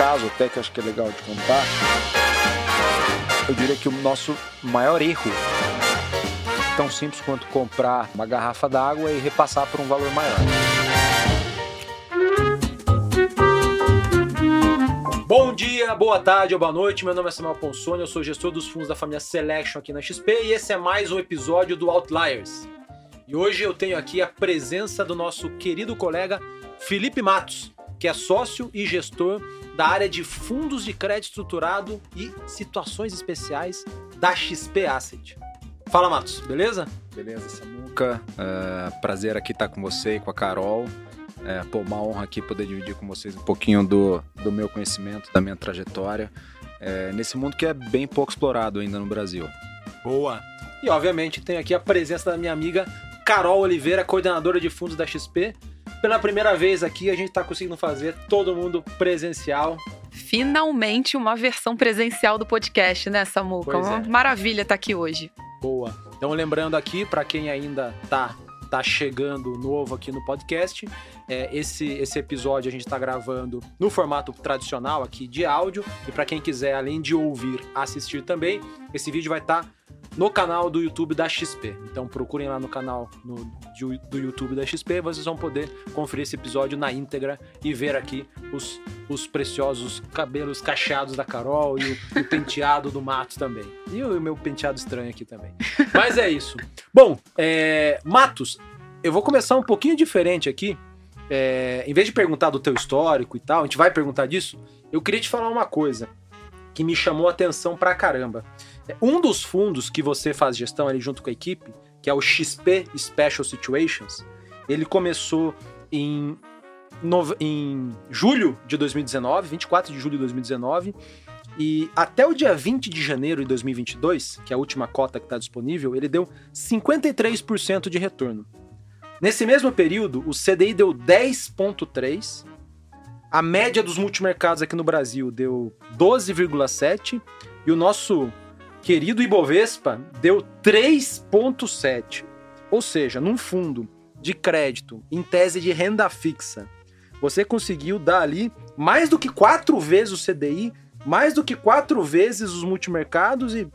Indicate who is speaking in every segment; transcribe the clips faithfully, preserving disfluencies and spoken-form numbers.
Speaker 1: caso, até que eu acho que é legal de contar, eu diria que o nosso maior erro, tão simples quanto comprar uma garrafa d'água e repassar por um valor maior. Bom dia, boa tarde ou boa noite, meu nome é Samuel Ponsoni, eu sou gestor dos fundos da família Selection aqui na X P e esse é mais um episódio do Outliers. E hoje eu tenho aqui a presença do nosso querido colega Felipe Matos, que é sócio e gestor da área de fundos de crédito estruturado e situações especiais da X P Asset. Fala, Matos, beleza?
Speaker 2: Beleza, Samuca. É, prazer aqui estar com você e com a Carol. É, pô, uma honra aqui poder dividir com vocês um pouquinho do, do meu conhecimento, da minha trajetória, é, nesse mundo que é bem pouco explorado ainda no Brasil.
Speaker 1: Boa! E, obviamente, tenho aqui a presença da minha amiga Carol Oliveira, coordenadora de fundos da X P. Pela primeira vez aqui, a gente está conseguindo fazer todo mundo presencial.
Speaker 3: Finalmente uma versão presencial do podcast, né, Samuca?
Speaker 1: Pois
Speaker 3: Uma
Speaker 1: é.
Speaker 3: maravilha estar aqui hoje.
Speaker 1: Boa. Então, lembrando aqui, para quem ainda tá, tá chegando novo aqui no podcast, é, esse, esse episódio a gente está gravando no formato tradicional aqui de áudio. E para quem quiser, além de ouvir, assistir também, esse vídeo vai estar no canal do YouTube da X P. Então procurem lá no canal no, de, do YouTube da X P, vocês vão poder conferir esse episódio na íntegra e ver aqui os, os preciosos cabelos cacheados da Carol e o, o penteado do Matos também. E o meu penteado estranho aqui também. Mas é isso. Bom, é, Matos, eu vou começar um pouquinho diferente aqui. É, em vez de perguntar do teu histórico e tal, a gente vai perguntar disso, eu queria te falar uma coisa que me chamou a atenção pra caramba. Um dos fundos que você faz gestão ali junto com a equipe, que é o X P Special Situations, ele começou em, no... em julho de dois mil e dezenove, vinte e quatro de julho de dois mil e dezenove, e até o dia vinte de janeiro de dois mil e vinte e dois, que é a última cota que está disponível, ele deu cinquenta e três por cento de retorno. Nesse mesmo período, o C D I deu dez vírgula três por cento, a média dos multimercados aqui no Brasil deu doze vírgula sete por cento, e o nosso querido Ibovespa deu três vírgula sete por cento. Ou seja, num fundo de crédito em tese de renda fixa, você conseguiu dar ali mais do que quatro vezes o C D I, mais do que quatro vezes os multimercados e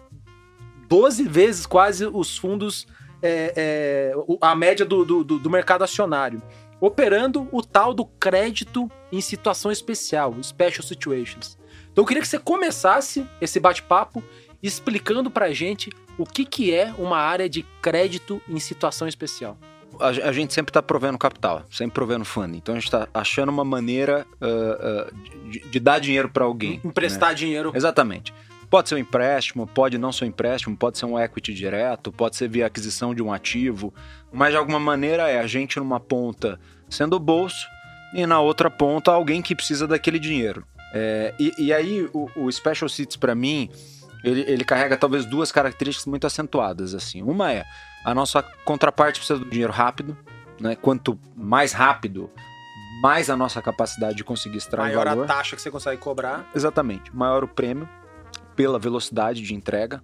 Speaker 1: doze vezes quase os fundos, é, é, a média do, do, do mercado acionário, operando o tal do crédito em situação especial, Special Situations. Então eu queria que você começasse esse bate-papo explicando pra gente o que, que é uma área de crédito em situação especial.
Speaker 2: A, a gente sempre está provendo capital, sempre provendo funding. Então a gente está achando uma maneira uh, uh, de, de dar dinheiro para alguém.
Speaker 1: Emprestar, né? Dinheiro.
Speaker 2: Exatamente. Pode ser um empréstimo, pode não ser um empréstimo, pode ser um equity direto, pode ser via aquisição de um ativo, mas de alguma maneira é a gente numa ponta sendo o bolso e na outra ponta alguém que precisa daquele dinheiro. É, e, e aí o, o Special Situations para mim, ele, ele carrega talvez duas características muito acentuadas. Assim. Uma é, a nossa contraparte precisa do dinheiro rápido, né? Quanto mais rápido, mais a nossa capacidade de conseguir extrair
Speaker 1: maior
Speaker 2: valor.
Speaker 1: A taxa que você consegue cobrar.
Speaker 2: Exatamente, maior o prêmio pela velocidade de entrega.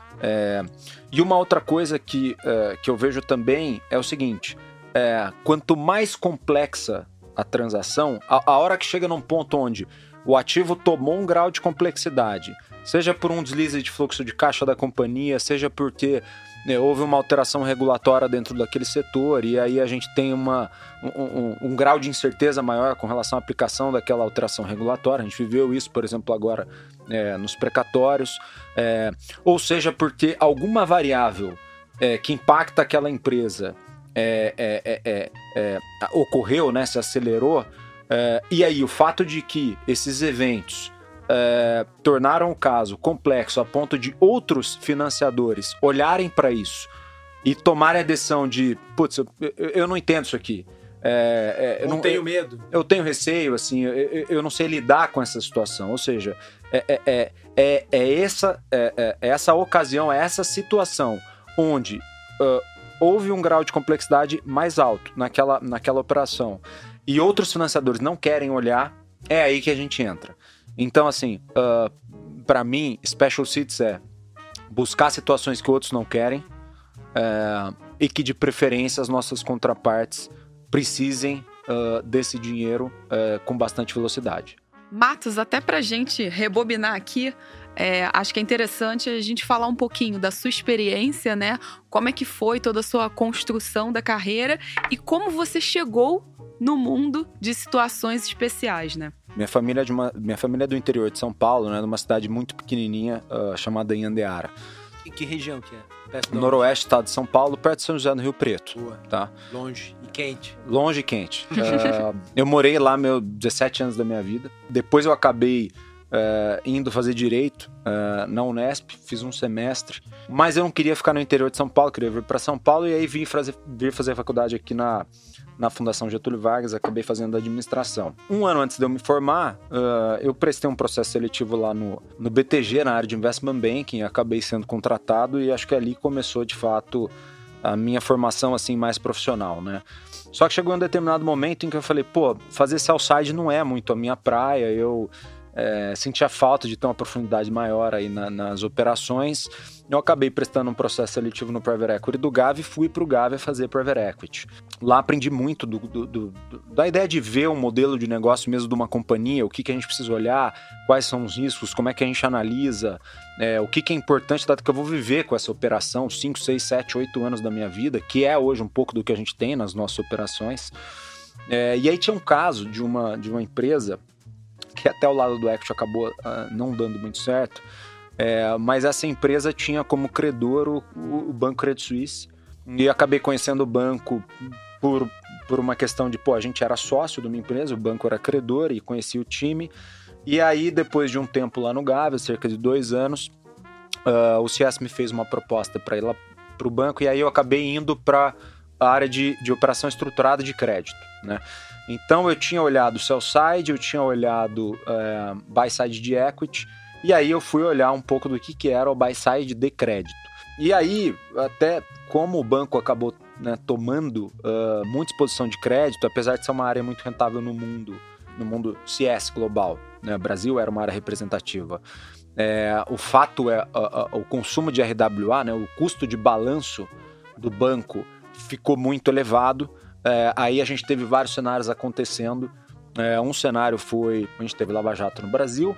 Speaker 2: É, e uma outra coisa que, é, que eu vejo também é o seguinte, é, quanto mais complexa a transação, a, a hora que chega num ponto onde o ativo tomou um grau de complexidade, seja por um deslize de fluxo de caixa da companhia, seja porque, né, houve uma alteração regulatória dentro daquele setor e aí a gente tem uma, um, um, um grau de incerteza maior com relação à aplicação daquela alteração regulatória. A gente viveu isso, por exemplo, agora é, nos precatórios, é, ou seja, porque alguma variável é, que impacta aquela empresa é, é, é, é, é, ocorreu, né, se acelerou, é, e aí o fato de que esses eventos É, tornaram o caso complexo a ponto de outros financiadores olharem para isso e tomarem a decisão de, putz, eu, eu, eu não entendo isso aqui. É, é, eu
Speaker 1: não,
Speaker 2: não
Speaker 1: tenho
Speaker 2: eu,
Speaker 1: medo.
Speaker 2: Eu tenho receio, assim, eu, eu não sei lidar com essa situação. Ou seja, é, é, é, é, é, essa, é, é essa ocasião, é essa situação onde uh, houve um grau de complexidade mais alto naquela, naquela operação e outros financiadores não querem olhar, é aí que a gente entra. Então, assim, uh, para mim, Special Situations é buscar situações que outros não querem uh, e que, de preferência, as nossas contrapartes precisem uh, desse dinheiro uh, com bastante velocidade.
Speaker 3: Matos, até pra gente rebobinar aqui, é, acho que é interessante a gente falar um pouquinho da sua experiência, né? Como é que foi toda a sua construção da carreira e como você chegou no mundo de situações especiais, né?
Speaker 2: Minha família é, de uma, minha família é do interior de São Paulo, né? Numa cidade muito pequenininha uh, chamada Inhandeara.
Speaker 1: Que, que região que é? Perto de
Speaker 2: Noroeste, estado de São Paulo, perto de São José do Rio Preto.
Speaker 1: Boa.
Speaker 2: Tá?
Speaker 1: Longe e quente.
Speaker 2: Longe e quente. uh, eu morei lá meus dezessete anos da minha vida. Depois eu acabei uh, indo fazer Direito uh, na Unesp, fiz um semestre. Mas eu não queria ficar no interior de São Paulo, queria vir para São Paulo e aí vim fazer, vir fazer faculdade aqui na... na Fundação Getúlio Vargas, acabei fazendo administração. Um ano antes de eu me formar, uh, eu prestei um processo seletivo lá no, no B T G, na área de Investment Banking, acabei sendo contratado e acho que ali começou, de fato, a minha formação assim, mais profissional, né? Só que chegou um determinado momento em que eu falei, pô, fazer sell-side não é muito a minha praia, eu é, sentia falta de ter uma profundidade maior aí na, nas operações. Eu acabei prestando um processo seletivo no Private Equity do Gávea e fui para o Gávea fazer Private Equity. Lá aprendi muito do, do, do, do, da ideia de ver um modelo de negócio mesmo de uma companhia, o que, que a gente precisa olhar, quais são os riscos, como é que a gente analisa, é, o que, que é importante, dado que eu vou viver com essa operação cinco, seis, sete, oito anos da minha vida, que é hoje um pouco do que a gente tem nas nossas operações. É, e aí tinha um caso de uma, de uma empresa que até o lado do equity acabou uh, não dando muito certo, é, mas essa empresa tinha como credor o, o Banco Credit Suisse, e acabei conhecendo o banco por, por uma questão de, pô, a gente era sócio de uma empresa, o banco era credor e conhecia o time, e aí depois de um tempo lá no Gávea, cerca de dois anos, uh, o C S me fez uma proposta para ir lá para o banco, e aí eu acabei indo para a área de, de operação estruturada de crédito, né? Então eu tinha olhado sell side, eu tinha olhado é, buy side de equity, e aí eu fui olhar um pouco do que, que era o buy side de crédito. E aí, até como o banco acabou, né, tomando uh, muita exposição de crédito, apesar de ser uma área muito rentável no mundo, no mundo C S global, né, o Brasil era uma área representativa. É, o fato é uh, uh, o consumo de R W A, né, o custo de balanço do banco ficou muito elevado. É, aí a gente teve vários cenários acontecendo. É, um cenário foi, a gente teve Lava Jato no Brasil,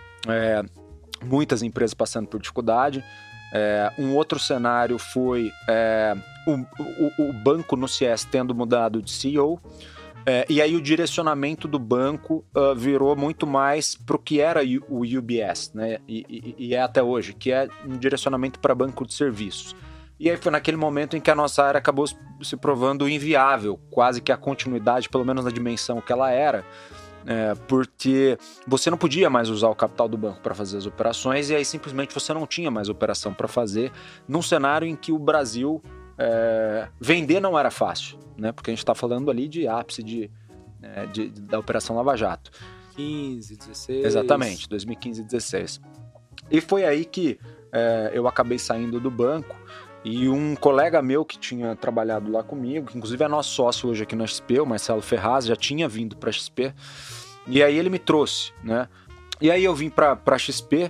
Speaker 2: é, muitas empresas passando por dificuldade. É, um outro cenário foi é, o, o, o banco no C S tendo mudado de C E O. É, e aí o direcionamento do banco uh, virou muito mais para o que era o U B S, né? E, e, e é até hoje, que é um direcionamento para banco de serviços. E aí foi naquele momento em que a nossa área acabou se provando inviável, quase que a continuidade, pelo menos na dimensão que ela era, é, porque você não podia mais usar o capital do banco para fazer as operações e aí simplesmente você não tinha mais operação para fazer num cenário em que o Brasil é, vender não era fácil, né? Porque a gente está falando ali de ápice de, é, de, de, da Operação Lava Jato.
Speaker 1: quinze, dezesseis...
Speaker 2: Exatamente, dois mil e quinze e dezesseis. E foi aí que é, eu acabei saindo do banco. E um colega meu que tinha trabalhado lá comigo, que inclusive é nosso sócio hoje aqui na X P, o Marcelo Ferraz, já tinha vindo para a X P, e aí ele me trouxe, né? E aí eu vim para a X P,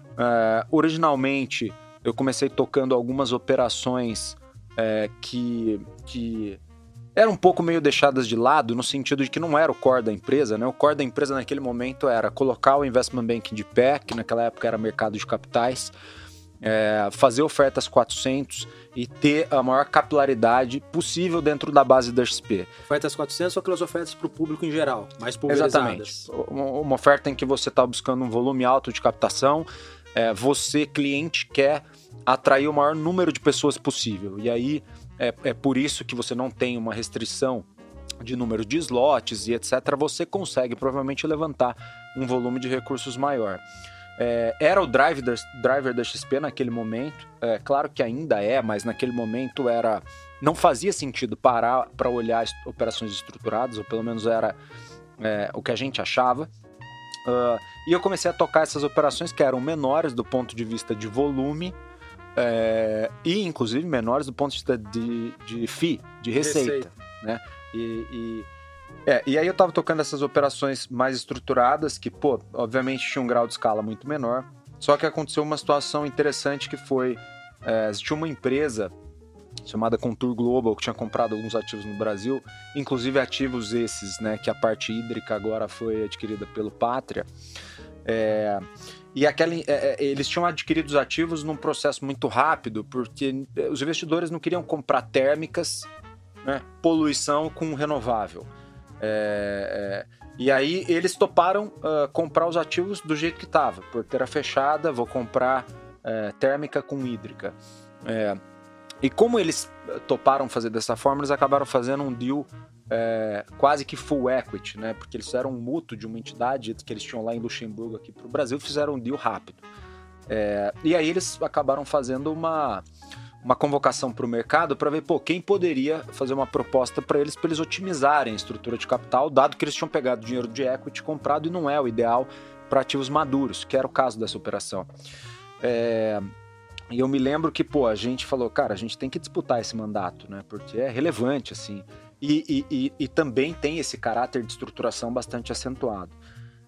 Speaker 2: uh, originalmente eu comecei tocando algumas operações uh, que, que eram um pouco meio deixadas de lado, no sentido de que não era o core da empresa, né? O core da empresa naquele momento era colocar o investment banking de pé, que naquela época era mercado de capitais, É, fazer ofertas quatrocentos e ter a maior capilaridade possível dentro da base da X P.
Speaker 1: Ofertas quatrocentos são aquelas ofertas para o público em geral, mais pulverizadas.
Speaker 2: Exatamente. Uma, uma oferta em que você está buscando um volume alto de captação, é, você, cliente, quer atrair o maior número de pessoas possível. E aí é, é por isso que você não tem uma restrição de número de slots e etcétera. Você consegue provavelmente levantar um volume de recursos maior. É, era o drive da, driver da X P naquele momento, é, claro que ainda é, mas naquele momento era, não fazia sentido parar para olhar operações estruturadas, ou pelo menos era é, o que a gente achava. Uh, e eu comecei a tocar essas operações que eram menores do ponto de vista de volume é, e inclusive menores do ponto de vista de, de fee, de receita, receita. Né? E... e É, e aí eu tava tocando essas operações mais estruturadas, que, pô, obviamente tinha um grau de escala muito menor, só que aconteceu uma situação interessante que foi, é, tinha uma empresa chamada Contour Global, que tinha comprado alguns ativos no Brasil, inclusive ativos esses, né, que a parte hídrica agora foi adquirida pelo Pátria. É, e aquela, é, eles tinham adquirido os ativos num processo muito rápido, porque os investidores não queriam comprar térmicas, né, poluição com renovável. É, é, e aí eles toparam uh, comprar os ativos do jeito que estava. Porteira fechada, vou comprar uh, térmica com hídrica. É, e como eles toparam fazer dessa forma, eles acabaram fazendo um deal é, quase que full equity, né? Porque eles fizeram um mútuo de uma entidade que eles tinham lá em Luxemburgo aqui para o Brasil, fizeram um deal rápido. É, e aí eles acabaram fazendo uma, uma convocação para o mercado para ver, pô, quem poderia fazer uma proposta para eles, para eles otimizarem a estrutura de capital, dado que eles tinham pegado dinheiro de equity comprado e não é o ideal para ativos maduros, que era o caso dessa operação. É... E eu me lembro que, pô, a gente falou, cara, a gente tem que disputar esse mandato, né? Porque é relevante, assim. E, e, e, e também tem esse caráter de estruturação bastante acentuado.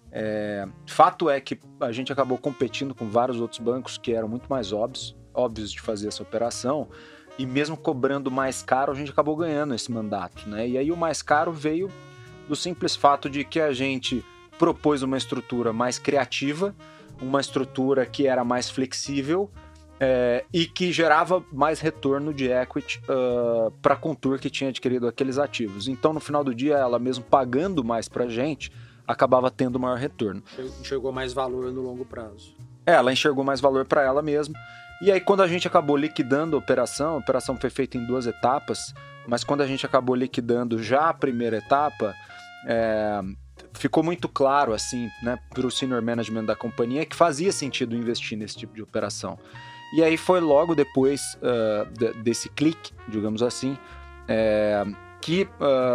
Speaker 2: É, fato é que a gente acabou competindo com vários outros bancos que eram muito mais óbvios, óbvios de fazer essa operação. E mesmo cobrando mais caro, a gente acabou ganhando esse mandato, né? E aí o mais caro veio do simples fato de que a gente propôs uma estrutura mais criativa, uma estrutura que era mais flexível, É, e que gerava mais retorno de equity uh, para a Contour que tinha adquirido aqueles ativos. Então, no final do dia, ela mesmo pagando mais para a gente, acabava tendo maior retorno.
Speaker 1: Enxergou mais valor no longo prazo.
Speaker 2: É, ela enxergou mais valor para ela mesma. E aí, quando a gente acabou liquidando a operação, a operação foi feita em duas etapas, mas quando a gente acabou liquidando já a primeira etapa, é, ficou muito claro, assim, né, para o senior management da companhia que fazia sentido investir nesse tipo de operação. E aí foi logo depois uh, de, desse clique, digamos assim, é, que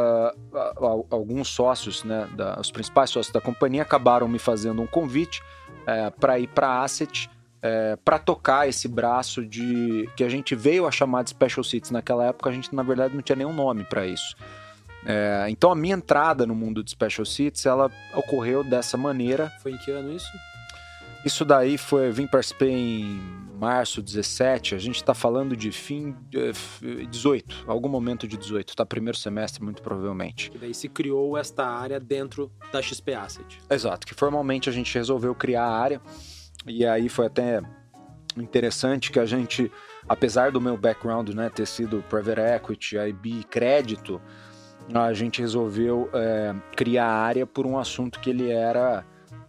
Speaker 2: uh, alguns sócios, né, da, os principais sócios da companhia acabaram me fazendo um convite é, para ir para a Asset, é, para tocar esse braço de que a gente veio a chamar de Special Situations. Naquela época a gente, na verdade, não tinha nenhum nome para isso. É, então a minha entrada no mundo de Special Situations, ela ocorreu dessa maneira.
Speaker 1: Foi em que ano isso?
Speaker 2: Isso daí foi, eu vim participar em março dezessete, a gente está falando de fim de dezoito, algum momento de dezoito, tá? Primeiro semestre, muito provavelmente.
Speaker 1: E daí se criou esta área dentro da X P Asset.
Speaker 2: Exato, que formalmente a gente resolveu criar a área, e aí foi até interessante que a gente, apesar do meu background, né, ter sido Private Equity, I B, crédito, a gente resolveu é, criar a área por um assunto que ele era...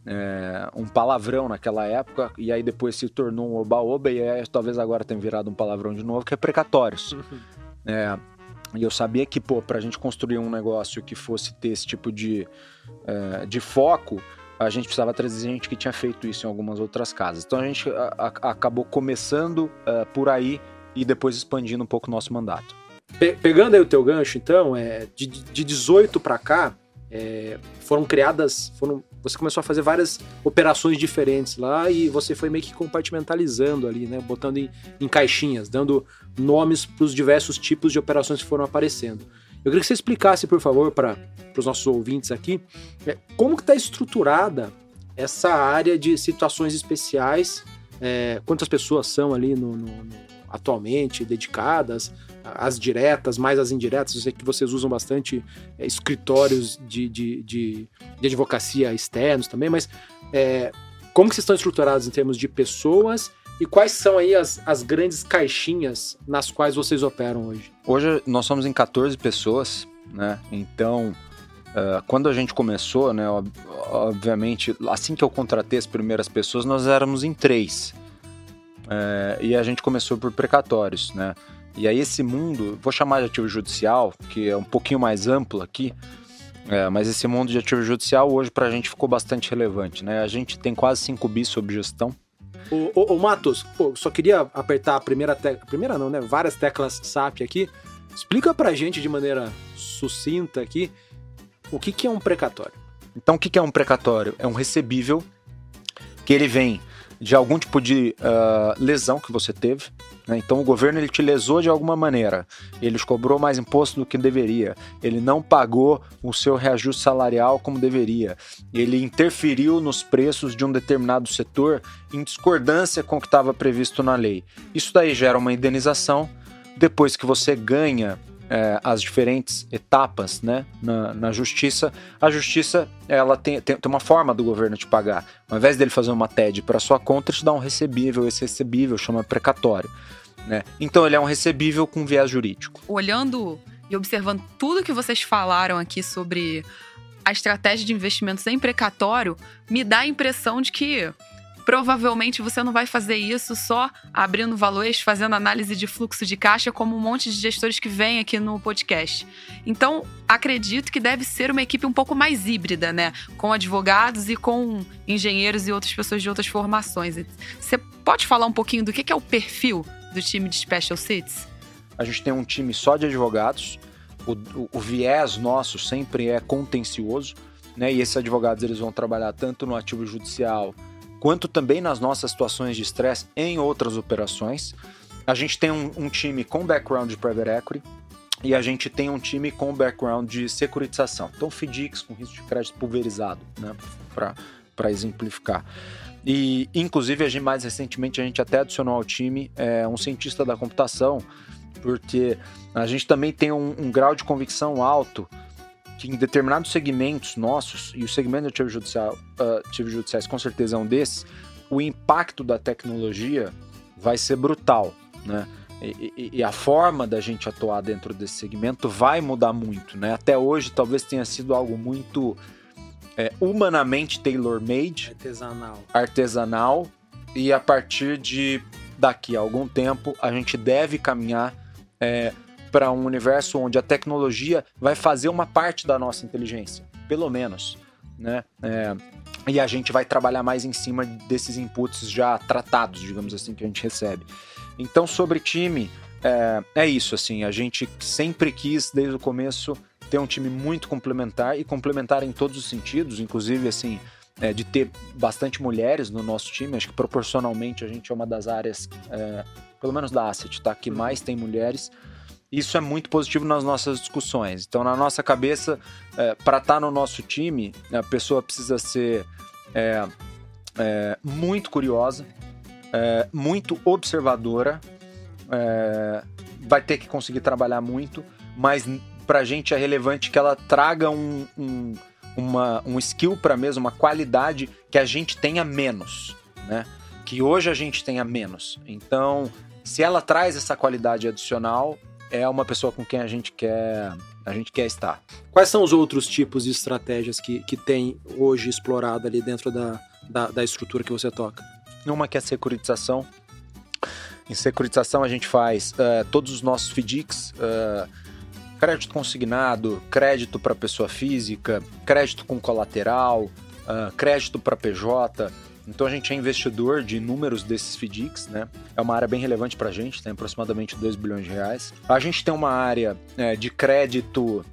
Speaker 2: É, um palavrão naquela época, e aí depois se tornou um oba-oba, e aí, talvez agora tenha virado um palavrão de novo, que é precatórios. Uhum. É, e eu sabia que, pô, pra gente construir um negócio que fosse ter esse tipo de, é, de foco, a gente precisava trazer gente que tinha feito isso em algumas outras casas. Então a gente a, a, acabou começando uh, por aí e depois expandindo um pouco o nosso mandato.
Speaker 1: Pe- pegando aí o teu gancho, então, é, de, de dezoito para cá, é, foram criadas, foram, você começou a fazer várias operações diferentes lá e você foi meio que compartimentalizando ali, né, botando em, em caixinhas, dando nomes para os diversos tipos de operações que foram aparecendo. Eu queria que você explicasse, por favor, para os nossos ouvintes aqui, é, como que está estruturada essa área de situações especiais, é, quantas pessoas são ali no, no, no, atualmente dedicadas, as diretas, mais as indiretas. Eu sei que vocês usam bastante é, escritórios de, de, de, de advocacia externos também, mas é, como que vocês estão estruturados em termos de pessoas e quais são aí as, as grandes caixinhas nas quais vocês operam hoje?
Speaker 2: Hoje nós somos em catorze pessoas, né? Então, uh, quando a gente começou, né, ob- obviamente, assim que eu contratei as primeiras pessoas, nós éramos em três. Uh, e a gente começou por precatórios, né? E aí esse mundo, vou chamar de ativo judicial, que é um pouquinho mais amplo aqui, é, mas esse mundo de ativo judicial hoje pra gente ficou bastante relevante, né? A gente tem quase cinco bi sob gestão.
Speaker 1: Ô, ô, ô Matos, pô, só queria apertar a primeira tecla, primeira não, né? Várias teclas S A P aqui. Explica pra gente de maneira sucinta aqui o que, que é um precatório.
Speaker 2: Então o que, que é um precatório? É um recebível que ele vem de algum tipo de uh, lesão que você teve, né? Então o governo ele te lesou de alguma maneira, ele te cobrou mais imposto do que deveria, ele não pagou o seu reajuste salarial como deveria, ele interferiu nos preços de um determinado setor em discordância com o que estava previsto na lei. Isso daí gera uma indenização depois que você ganha é, as diferentes etapas, né, na, na justiça, a justiça ela tem, tem, tem uma forma do governo te pagar. Ao invés dele fazer uma T E D para sua conta, ele te dá um recebível, esse recebível chama precatório. Né? Então ele é um recebível com viés jurídico.
Speaker 3: Olhando e observando tudo que vocês falaram aqui sobre a estratégia de investimentos em precatório, me dá a impressão de que provavelmente você não vai fazer isso só abrindo valores, fazendo análise de fluxo de caixa, como um monte de gestores que vem aqui no podcast. Então, acredito que deve ser uma equipe um pouco mais híbrida, né? Com advogados e com engenheiros e outras pessoas de outras formações. Você pode falar um pouquinho do que é o perfil do time de Special Sits?
Speaker 2: A gente tem um time só de advogados. O, o, o viés nosso sempre é contencioso, né? E esses advogados eles vão trabalhar tanto no ativo judicial quanto também nas nossas situações de estresse em outras operações. A gente tem um, um time com background de private equity e a gente tem um time com background de securitização. Então, F D I Cs com risco de crédito pulverizado, né, para exemplificar. E, inclusive, a gente, mais recentemente, a gente até adicionou ao time é, um cientista da computação, porque a gente também tem um, um grau de convicção alto que em determinados segmentos nossos, e o segmento do ativo judicial, uh, ativo judiciais com certeza é um desses, o impacto da tecnologia vai ser brutal, né? E, e, e a forma da gente atuar dentro desse segmento vai mudar muito, né? Até hoje talvez tenha sido algo muito é, humanamente tailor-made,
Speaker 1: artesanal.
Speaker 2: artesanal, e a partir de daqui a algum tempo a gente deve caminhar é, para um universo onde a tecnologia vai fazer uma parte da nossa inteligência, pelo menos, né? É, e a gente vai trabalhar mais em cima desses inputs já tratados, digamos assim, que a gente recebe. Então, sobre time, é, é isso, assim, a gente sempre quis, desde o começo, ter um time muito complementar, e complementar em todos os sentidos, inclusive, assim, é, de ter bastante mulheres no nosso time. Acho que proporcionalmente a gente é uma das áreas, é, pelo menos da Asset, tá? Que mais tem mulheres. Isso é muito positivo nas nossas discussões. Então, na nossa cabeça, é, para estar no nosso time, a pessoa precisa ser é, é, muito curiosa, é, muito observadora, é, vai ter que conseguir trabalhar muito, mas para a gente é relevante que ela traga um, um, uma, um skill para a mesa, uma qualidade que a gente tenha menos, né? Que hoje a gente tenha menos. Então, se ela traz essa qualidade adicional, é uma pessoa com quem a gente quer, a gente quer estar.
Speaker 1: Quais são os outros tipos de estratégias que, que tem hoje explorado ali dentro da, da, da estrutura que você toca?
Speaker 2: Uma que é securitização. Em securitização a gente faz uh, todos os nossos F D I Cs, uh, crédito consignado, crédito para pessoa física, crédito com colateral, uh, crédito para P J. Então a gente é investidor de inúmeros desses F D I Cs, né? É uma área bem relevante para a gente, tem aproximadamente dois bilhões de reais. A gente tem uma área é, de crédito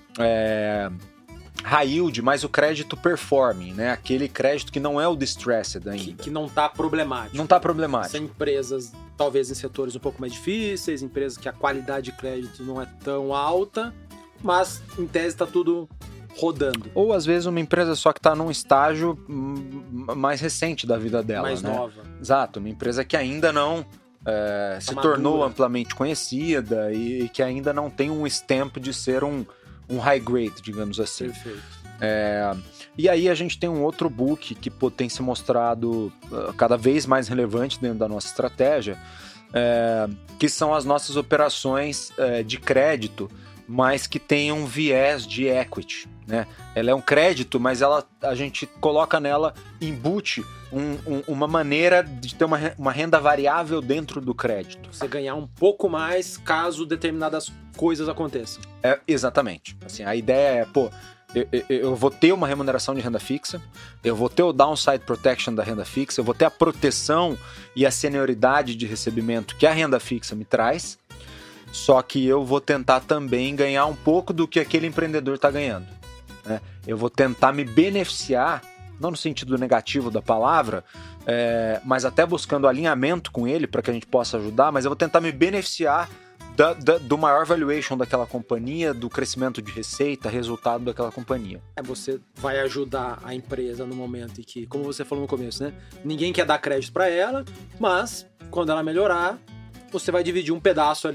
Speaker 2: é, high yield, mas o crédito performing, né? Aquele crédito que não é o distressed ainda.
Speaker 1: Que, que não está problemático.
Speaker 2: Não está problemático.
Speaker 1: São empresas, talvez em setores um pouco mais difíceis, empresas que a qualidade de crédito não é tão alta, mas em tese está tudo rodando.
Speaker 2: Ou às vezes uma empresa só que está num estágio mais recente da vida dela,
Speaker 1: mais
Speaker 2: né?
Speaker 1: nova.
Speaker 2: Exato, uma empresa que ainda não é, se
Speaker 1: madura.
Speaker 2: tornou amplamente conhecida e que ainda não tem um stamp de ser um, um high grade, digamos assim.
Speaker 1: Perfeito.
Speaker 2: É, e aí a gente tem um outro book que pô, tem se mostrado uh, cada vez mais relevante dentro da nossa estratégia, é, que são as nossas operações é, de crédito, mas que tem um viés de equity, né? Ela é um crédito, mas ela, a gente coloca nela, embute um, um, uma maneira de ter uma, uma renda variável dentro do crédito.
Speaker 1: Você ganhar um pouco mais caso determinadas coisas aconteçam.
Speaker 2: É, exatamente. Assim, a ideia é, pô, eu, eu, eu vou ter uma remuneração de renda fixa, eu vou ter o downside protection da renda fixa, eu vou ter a proteção e a senioridade de recebimento que a renda fixa me traz, só que eu vou tentar também ganhar um pouco do que aquele empreendedor está ganhando, né? Eu vou tentar me beneficiar, não no sentido negativo da palavra, é, mas até buscando alinhamento com ele para que a gente possa ajudar, mas eu vou tentar me beneficiar da, da, do maior valuation daquela companhia, do crescimento de receita, resultado daquela companhia.
Speaker 1: É, você vai ajudar a empresa no momento em que, como você falou no começo, né? Ninguém quer dar crédito para ela, mas quando ela melhorar, você vai dividir um pedaço ali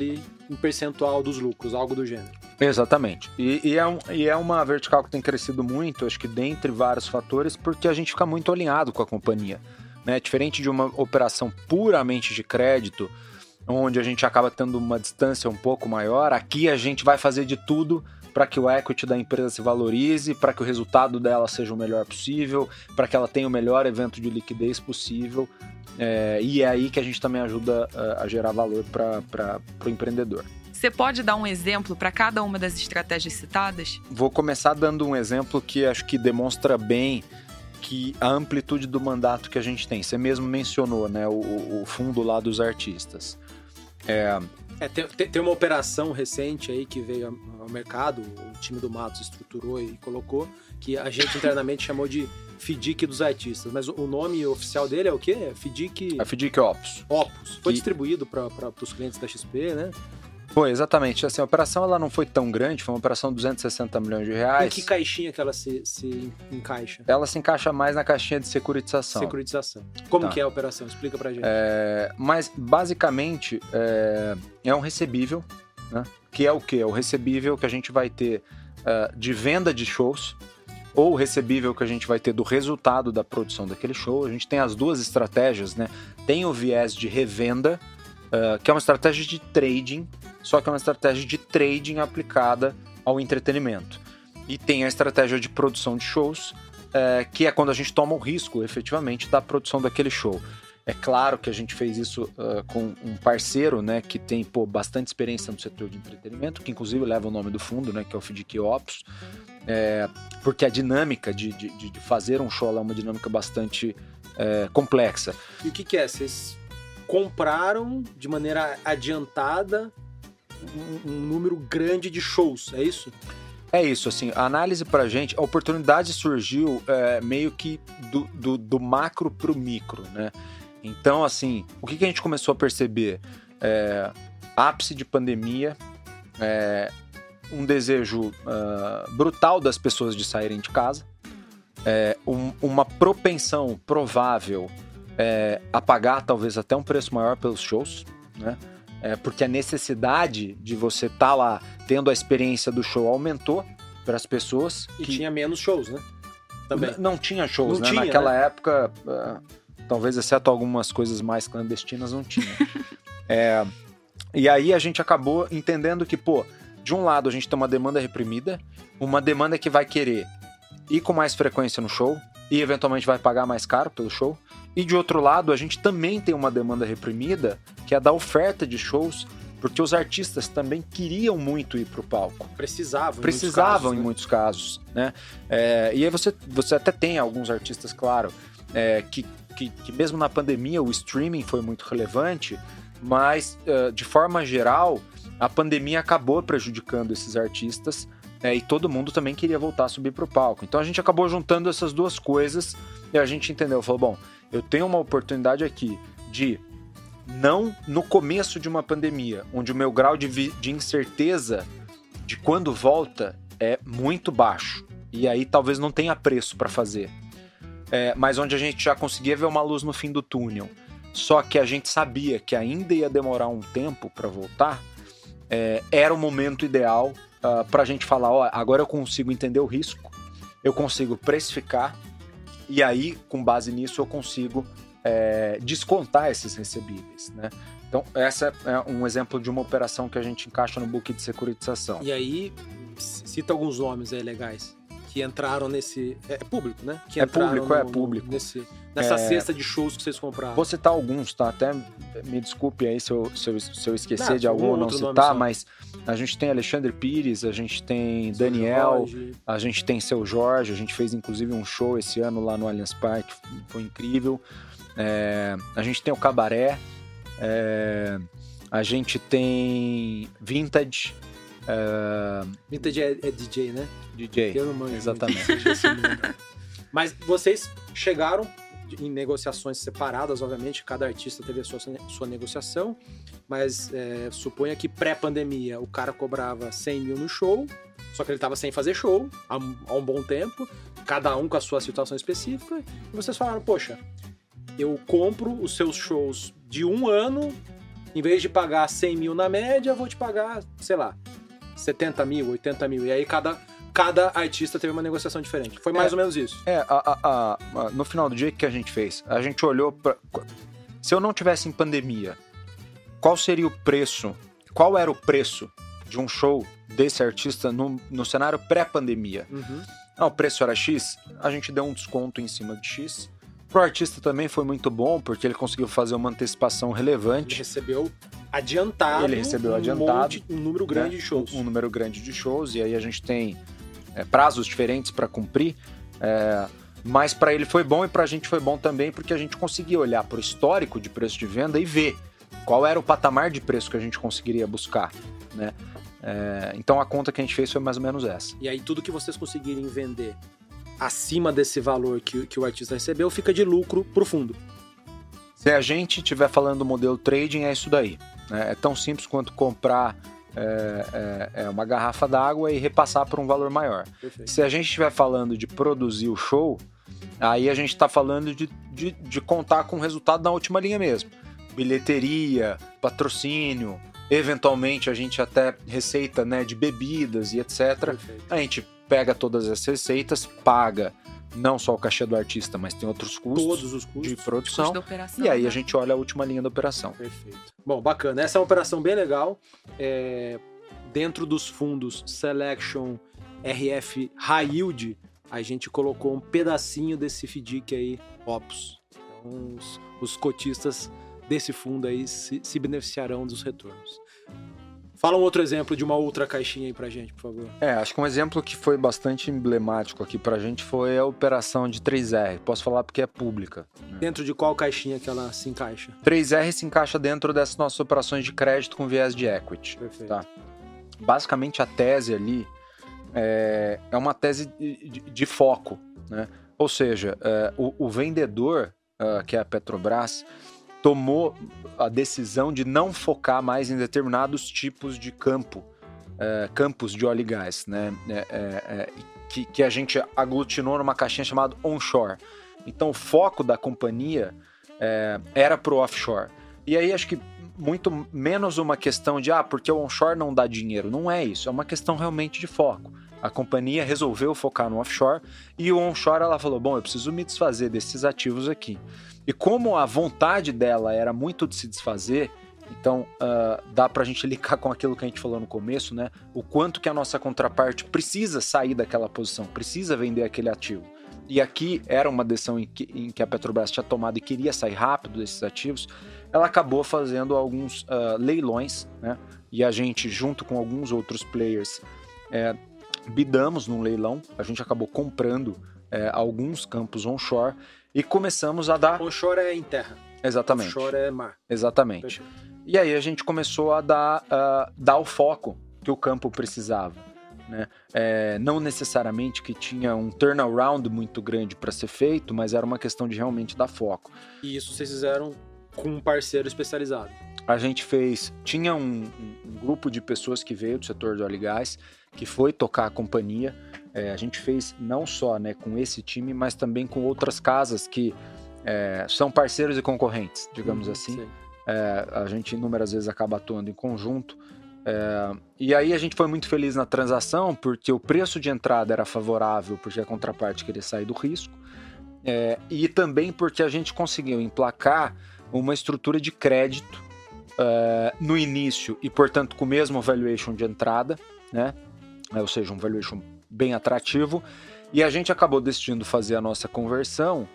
Speaker 1: um percentual dos lucros, algo do gênero.
Speaker 2: Exatamente. E, e, é um, e é uma vertical que tem crescido muito, acho que dentre vários fatores, porque a gente fica muito alinhado com a companhia, né? Diferente de uma operação puramente de crédito, onde a gente acaba tendo uma distância um pouco maior, aqui a gente vai fazer de tudo para que o equity da empresa se valorize, para que o resultado dela seja o melhor possível, para que ela tenha o melhor evento de liquidez possível. É, e é aí que a gente também ajuda a, a gerar valor para o empreendedor.
Speaker 3: Você pode dar um exemplo para cada uma das estratégias citadas?
Speaker 2: Vou começar dando um exemplo que acho que demonstra bem que a amplitude do mandato que a gente tem. Você mesmo mencionou, né, o, o fundo lá dos artistas. É...
Speaker 1: É, tem, tem uma operação recente aí que veio ao mercado, o time do Matos estruturou e colocou, que a gente internamente chamou de FDIC dos artistas, mas o nome oficial dele é o quê? É FDIC...
Speaker 2: A FDIC Opus.
Speaker 1: Opus. Foi
Speaker 2: e...
Speaker 1: distribuído para os clientes da X P, né?
Speaker 2: Foi, exatamente. Assim, a operação ela não foi tão grande, foi uma operação de duzentos e sessenta milhões de reais.
Speaker 1: Em que caixinha que ela se, se encaixa?
Speaker 2: Ela se encaixa mais na caixinha de securitização.
Speaker 1: Securitização. Como
Speaker 2: tá.
Speaker 1: que é a operação? Explica pra gente.
Speaker 2: É, mas, basicamente, é, é um recebível, né? Que é o quê? É o recebível que a gente vai ter uh, de venda de shows, ou o recebível que a gente vai ter do resultado da produção daquele show. A gente tem as duas estratégias, né? Tem o viés de revenda, uh, que é uma estratégia de trading, só que é uma estratégia de trading aplicada ao entretenimento. E tem a estratégia de produção de shows, uh, que é quando a gente toma o risco, efetivamente, da produção daquele show. É claro que a gente fez isso uh, com um parceiro, né, que tem pô, bastante experiência no setor de entretenimento, que inclusive leva o nome do fundo, né, que é o FDIC Opus, é, porque a dinâmica de, de, de fazer um show é uma dinâmica bastante é, complexa.
Speaker 1: E o que, que é? Vocês compraram de maneira adiantada um, um número grande de shows, é isso?
Speaker 2: É isso, assim, a análise pra gente, a oportunidade surgiu é, meio que do, do, do macro pro micro, né? Então, assim, o que, que a gente começou a perceber? É, ápice de pandemia, é, um desejo uh, brutal das pessoas de saírem de casa, é, um, uma propensão provável é, a pagar talvez até um preço maior pelos shows, né? É, porque a necessidade de você estar tá lá tendo a experiência do show aumentou para as pessoas.
Speaker 1: E
Speaker 2: que...
Speaker 1: tinha menos shows, né? Também.
Speaker 2: Não, não tinha shows,
Speaker 1: não
Speaker 2: né?
Speaker 1: Tinha,
Speaker 2: Naquela
Speaker 1: né?
Speaker 2: época, uh, talvez exceto algumas coisas mais clandestinas, não tinha. é, e aí a gente acabou entendendo que, pô, de um lado a gente tem uma demanda reprimida, uma demanda que vai querer ir com mais frequência no show e eventualmente vai pagar mais caro pelo show. E de outro lado, a gente também tem uma demanda reprimida, que é a da oferta de shows, porque os artistas também queriam muito ir pro palco.
Speaker 1: Precisavam.
Speaker 2: Precisavam
Speaker 1: em
Speaker 2: em
Speaker 1: muitos casos,
Speaker 2: muitos casos, né? É, e aí você, você até tem alguns artistas, claro, é, que, que, que mesmo na pandemia o streaming foi muito relevante, mas uh, de forma geral, a pandemia acabou prejudicando esses artistas, é, e todo mundo também queria voltar a subir pro palco. Então a gente acabou juntando essas duas coisas e a gente entendeu, falou, bom, eu tenho uma oportunidade aqui de, não no começo de uma pandemia, onde o meu grau de, vi- de incerteza de quando volta é muito baixo, e aí talvez não tenha preço para fazer, é, mas onde a gente já conseguia ver uma luz no fim do túnel, só que a gente sabia que ainda ia demorar um tempo para voltar, é, era o momento ideal uh, para a gente falar, ó, agora eu consigo entender o risco, eu consigo precificar, e aí, com base nisso, eu consigo é, descontar esses recebíveis, né? Então, essa é um exemplo de uma operação que a gente encaixa no book de securitização.
Speaker 1: E aí, cita alguns nomes aí legais que entraram nesse... É público, né? Que
Speaker 2: É público,
Speaker 1: no,
Speaker 2: é
Speaker 1: no,
Speaker 2: público.
Speaker 1: Nesse, nessa
Speaker 2: É...
Speaker 1: cesta de shows que vocês compraram.
Speaker 2: Vou citar alguns, tá? Até me desculpe aí se eu, se eu, se eu esquecer
Speaker 1: não,
Speaker 2: de algum ou não citar, mas a gente tem Alexandre Pires, a gente tem Seu Daniel, Jorge. A gente tem Seu Jorge, a gente fez inclusive um show esse ano lá no Allianz Parque, foi incrível. É, a gente tem o Cabaré, é, a gente tem Vintage. É...
Speaker 1: Vintage é, é D J, né?
Speaker 2: D J,
Speaker 1: eu não manjo
Speaker 2: exatamente.
Speaker 1: Mas vocês chegaram em negociações separadas, obviamente, cada artista teve a sua, sua negociação, mas é, suponha que pré-pandemia o cara cobrava cem mil no show, só que ele estava sem fazer show há, há um bom tempo, cada um com a sua situação específica, e vocês falaram, poxa, eu compro os seus shows de um ano em vez de pagar cem mil na média, eu vou te pagar, sei lá, setenta mil, oitenta mil. E aí cada, cada artista teve uma negociação diferente. Foi mais
Speaker 2: é,
Speaker 1: ou menos isso.
Speaker 2: É, a, a, a, no final do dia, o que a gente fez? A gente olhou pra... Se eu não tivesse em pandemia, qual seria o preço, qual era o preço de um show desse artista no, no cenário pré-pandemia?
Speaker 1: Uhum.
Speaker 2: Ah, o preço era X, a gente deu um desconto em cima de X. Pro artista também foi muito bom, porque ele conseguiu fazer uma antecipação relevante.
Speaker 1: Ele recebeu adiantado,
Speaker 2: ele recebeu
Speaker 1: um,
Speaker 2: adiantado
Speaker 1: monte, um número grande, né, de shows.
Speaker 2: Um, um número grande de shows, e aí a gente tem é, prazos diferentes para cumprir. É, mas para ele foi bom e pra gente foi bom também, porque a gente conseguia olhar pro histórico de preço de venda e ver qual era o patamar de preço que a gente conseguiria buscar, né? É, então a conta que a gente fez foi mais ou menos essa.
Speaker 1: E aí tudo que vocês conseguirem vender acima desse valor que, que o artista recebeu fica de lucro pro fundo.
Speaker 2: Se a gente estiver falando do modelo trading, é isso daí, né? É tão simples quanto comprar é, é, é uma garrafa d'água e repassar por um valor maior.
Speaker 1: Perfeito.
Speaker 2: Se a gente estiver falando de produzir o show, aí a gente está falando de, de, de contar com o resultado na última linha mesmo. Bilheteria, patrocínio, eventualmente a gente até receita, né, de bebidas e etcétera.
Speaker 1: Perfeito.
Speaker 2: A gente pega todas as receitas, paga não só o cachê do artista, mas tem outros custos,
Speaker 1: Todos os custos
Speaker 2: de produção.
Speaker 3: Custo da operação,
Speaker 2: E aí
Speaker 3: né?
Speaker 2: a gente olha a última linha da operação.
Speaker 1: Perfeito. Bom, bacana. Essa é uma operação bem legal. É... Dentro dos fundos Selection R F High Yield, a gente colocou um pedacinho desse F D I C aí, Opus. Então, os, os cotistas desse fundo aí se, se beneficiarão dos retornos. Fala um outro exemplo de uma outra caixinha aí pra gente, por favor.
Speaker 2: É, acho que um exemplo que foi bastante emblemático aqui pra gente foi a operação de três R. Posso falar porque é pública, né?
Speaker 1: Dentro de qual caixinha que ela se encaixa?
Speaker 2: três R se encaixa dentro dessas nossas operações de crédito com viés de equity.
Speaker 1: Perfeito.
Speaker 2: Tá? Basicamente a tese ali é, é uma tese de, de, de foco, né? Ou seja, é, o, o vendedor, é, que é a Petrobras, tomou a decisão de não focar mais em determinados tipos de campo, é, campos de óleo e gás, né? É, é, é, que, que a gente aglutinou numa caixinha chamada onshore. Então o foco da companhia é, era para o offshore. E aí acho que muito menos uma questão de, ah, porque o onshore não dá dinheiro. Não é isso, é uma questão realmente de foco. A companhia resolveu focar no offshore e o onshore ela falou, bom, eu preciso me desfazer desses ativos aqui. E como a vontade dela era muito de se desfazer, então uh, dá pra gente linkar com aquilo que a gente falou no começo, né? O quanto que a nossa contraparte precisa sair daquela posição, precisa vender aquele ativo. E aqui era uma decisão em que, em que a Petrobras tinha tomado e queria sair rápido desses ativos, ela acabou fazendo alguns uh, leilões, né? E a gente, junto com alguns outros players, é, bidamos num leilão, a gente acabou comprando é, alguns campos onshore e começamos a dar...
Speaker 1: Onshore é em terra.
Speaker 2: Exatamente.
Speaker 1: Offshore é mar.
Speaker 2: Exatamente.
Speaker 1: Perfeito.
Speaker 2: E aí a gente começou a dar, uh, dar o foco que o campo precisava, né? É, não necessariamente que tinha um turnaround muito grande para ser feito, mas era uma questão de realmente dar foco.
Speaker 1: E isso vocês fizeram com um parceiro especializado.
Speaker 2: A gente fez... Tinha um, um, um grupo de pessoas que veio do setor de óleo e gás, que foi tocar a companhia. É, a gente fez não só, né, com esse time, mas também com outras casas que é, são parceiros e concorrentes, digamos
Speaker 1: Uhum,
Speaker 2: assim.
Speaker 1: sim.
Speaker 2: É, a gente inúmeras vezes acaba atuando em conjunto. É, e aí a gente foi muito feliz na transação, porque o preço de entrada era favorável, porque a contraparte queria sair do risco. É, e também porque a gente conseguiu emplacar uma estrutura de crédito é, no início e, portanto, com o mesmo valuation de entrada, né? É, ou seja, um valuation bem atrativo, e a gente acabou decidindo fazer a nossa conversão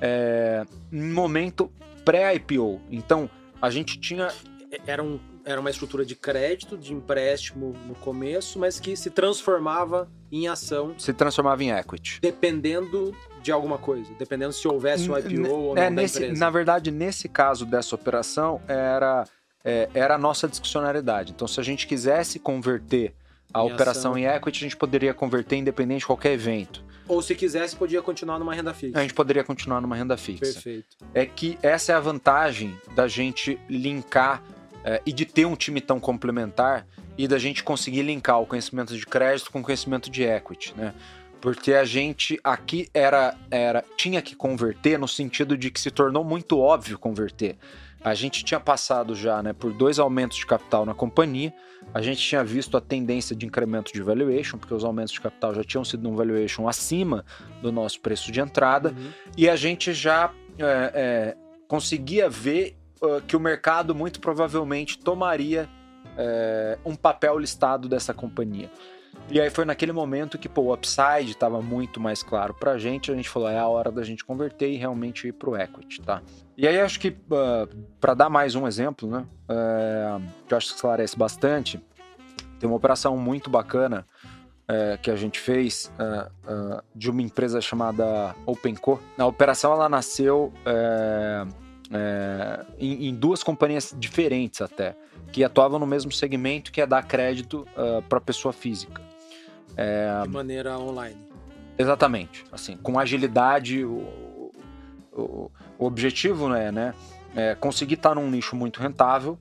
Speaker 2: é, em momento pré-I P O. Então, a gente tinha...
Speaker 1: Era, um, era uma estrutura de crédito, de empréstimo no começo, mas que se transformava em ação.
Speaker 2: Se transformava em equity.
Speaker 1: Dependendo de alguma coisa, dependendo se houvesse um I P O ou não
Speaker 2: é,
Speaker 1: da
Speaker 2: nesse,
Speaker 1: empresa.
Speaker 2: Na verdade, nesse caso dessa operação, era, é, era a nossa discricionariedade. Então, se a gente quisesse converter a
Speaker 1: Em
Speaker 2: operação
Speaker 1: ação.
Speaker 2: em equity, a gente poderia converter independente de qualquer evento.
Speaker 1: Ou se quisesse, podia continuar numa renda fixa.
Speaker 2: A gente poderia continuar numa renda fixa.
Speaker 1: Perfeito.
Speaker 2: É que essa é a vantagem da gente linkar é, e de ter um time tão complementar e da gente conseguir linkar o conhecimento de crédito com o conhecimento de equity, né? porque a gente aqui era, era, tinha que converter no sentido de que se tornou muito óbvio converter. A gente tinha passado já, né, por dois aumentos de capital na companhia, a gente tinha visto a tendência de incremento de valuation, porque os aumentos de capital já tinham sido um valuation acima do nosso preço de entrada, uhum. e a gente já é, é, conseguia ver uh, que o mercado muito provavelmente tomaria é, um papel listado dessa companhia. E aí foi naquele momento que pô, o upside estava muito mais claro para a gente, a gente falou, é a hora da gente converter e realmente ir para o equity, tá? E aí acho que, uh, para dar mais um exemplo, né, uh, que eu acho que esclarece bastante, tem uma operação muito bacana uh, que a gente fez uh, uh, de uma empresa chamada OpenCo. A operação ela nasceu uh, uh, em, em duas companhias diferentes até, que atuavam no mesmo segmento, que é dar crédito uh, para pessoa física.
Speaker 1: É, de maneira online.
Speaker 2: Exatamente. Assim, com agilidade, o, o, o objetivo né, né, é conseguir estar num nicho muito rentável,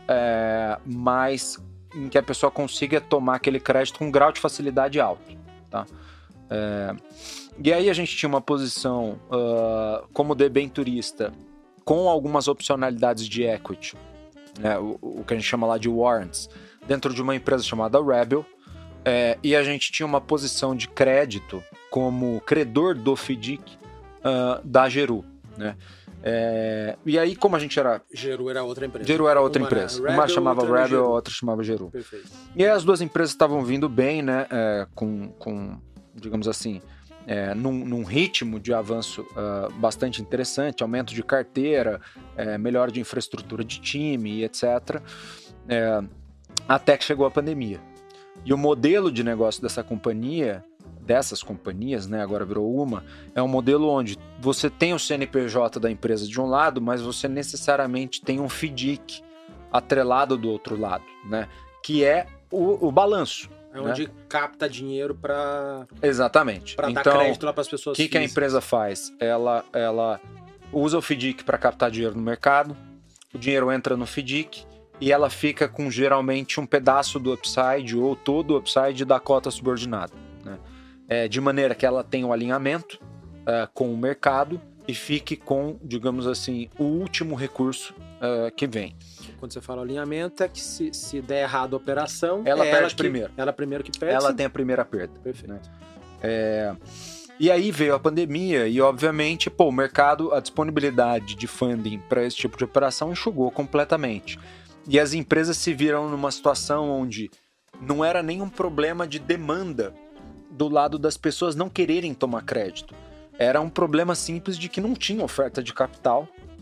Speaker 2: é, mas em que a pessoa consiga tomar aquele crédito com um grau de facilidade alto. Tá? É, e aí a gente tinha uma posição uh, como debenturista com algumas opcionalidades de equity, né, o, o que a gente chama lá de warrants, dentro de uma empresa chamada Rebel, é, e a gente tinha uma posição de crédito como credor do FDIC uh, da Geru, né? É, e aí, como a gente era...
Speaker 1: Geru era outra empresa.
Speaker 2: Geru era outra
Speaker 1: uma
Speaker 2: empresa.
Speaker 1: Rebel,
Speaker 2: uma chamava
Speaker 1: outra
Speaker 2: Rebel,
Speaker 1: Geru.
Speaker 2: outra chamava Geru.
Speaker 1: Perfeito.
Speaker 2: E aí as duas empresas estavam vindo bem, né? É, com, com, digamos assim, é, num, num ritmo de avanço uh, bastante interessante, aumento de carteira, é, melhora de infraestrutura de time, etcétera. É, até que chegou a pandemia. E o modelo de negócio dessa companhia, dessas companhias, né, agora virou uma, é um modelo onde você tem o C N P J da empresa de um lado, mas você necessariamente tem um FDIC atrelado do outro lado, né, que é o, o balanço.
Speaker 1: É onde né? capta dinheiro para
Speaker 2: Exatamente.
Speaker 1: Para
Speaker 2: então,
Speaker 1: dar crédito lá para as pessoas.
Speaker 2: O que, que a empresa faz? Ela, ela usa o FDIC para captar dinheiro no mercado, o dinheiro entra no FDIC, e ela fica com geralmente um pedaço do upside ou todo o upside da cota subordinada, né? É, de maneira que ela tenha um alinhamento uh, com o mercado e fique com, digamos assim, o último recurso uh, que vem.
Speaker 1: Quando você fala alinhamento, é que se, se der errado a operação,
Speaker 2: ela
Speaker 1: é
Speaker 2: perde
Speaker 1: ela que,
Speaker 2: primeiro.
Speaker 1: Ela primeiro que perde.
Speaker 2: Ela
Speaker 1: sim.
Speaker 2: tem a primeira perda.
Speaker 1: Perfeito.
Speaker 2: Né? É... E aí veio a pandemia e, obviamente, pô, o mercado, a disponibilidade de funding para esse tipo de operação enxugou completamente. E as empresas se viram numa situação onde não era nenhum problema de demanda do lado das pessoas não quererem tomar crédito. Era um problema simples de que não tinha oferta de capital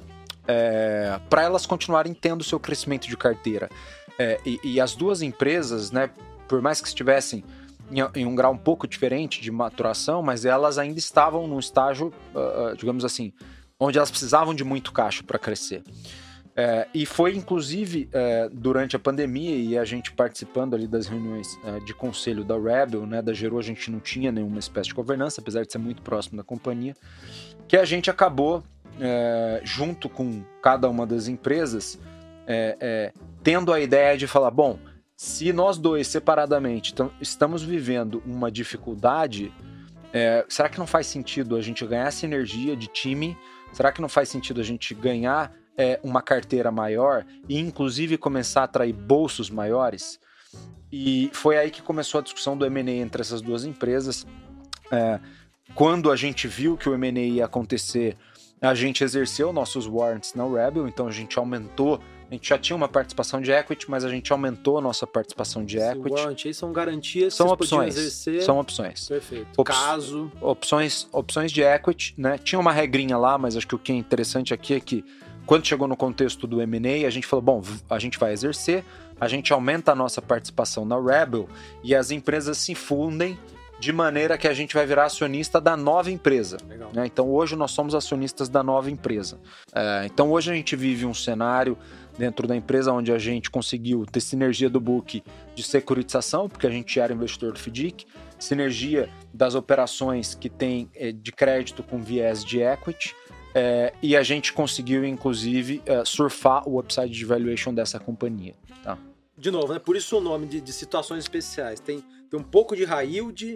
Speaker 2: é, para elas continuarem tendo seu crescimento de carteira. É, e, e as duas empresas, né, por mais que estivessem em, em um grau um pouco diferente de maturação, mas elas ainda estavam num estágio, uh, digamos assim, onde elas precisavam de muito caixa para crescer. É, e foi, inclusive, é, durante a pandemia e a gente participando ali das reuniões é, de conselho da Rebel, né, da Geru, a gente não tinha nenhuma espécie de governança, apesar de ser muito próximo da companhia, que a gente acabou, é, junto com cada uma das empresas, é, é, tendo a ideia de falar, bom, se nós dois separadamente tam, estamos vivendo uma dificuldade, é, será que não faz sentido a gente ganhar sinergia de time? Será que não faz sentido a gente ganhar É, uma carteira maior e inclusive começar a atrair bolsos maiores? E foi aí que começou a discussão do M and A entre essas duas empresas. É, quando a gente viu que o M and A ia acontecer, a gente exerceu nossos warrants na Rebel, então a gente aumentou, a gente já tinha uma participação de equity, mas a gente aumentou a nossa participação de
Speaker 1: Esse
Speaker 2: equity.
Speaker 1: Warrant aí são garantias que
Speaker 2: são
Speaker 1: vocês podiam
Speaker 2: opções,
Speaker 1: exercer.
Speaker 2: são opções.
Speaker 1: Perfeito.
Speaker 2: Op-
Speaker 1: Caso...
Speaker 2: Opções, opções de equity, né? Tinha uma regrinha lá, mas acho que o que é interessante aqui é que quando chegou no contexto do M and A, a gente falou, bom, a gente vai exercer, a gente aumenta a nossa participação na Rebel e as empresas se fundem de maneira que a gente vai virar acionista da nova empresa.
Speaker 1: Legal.
Speaker 2: Né? Então hoje nós somos acionistas da nova empresa. É, então hoje a gente vive um cenário dentro da empresa onde a gente conseguiu ter sinergia do book de securitização, porque a gente era investidor do FDIC, sinergia das operações que tem é, de crédito com viés de equity, É, e a gente conseguiu, inclusive, uh, surfar o upside de valuation dessa companhia. Tá?
Speaker 1: De novo, né? Por isso o nome de, de situações especiais. Tem, tem um pouco de high yield,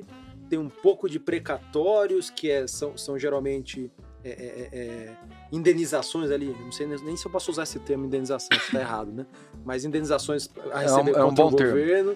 Speaker 1: tem um pouco de precatórios, que é, são, são geralmente é, é, é, indenizações ali, não sei nem se eu posso usar esse termo indenização, isso tá errado, né? Mas indenizações a receber
Speaker 2: é um,
Speaker 1: contra
Speaker 2: é um
Speaker 1: o
Speaker 2: bom
Speaker 1: governo.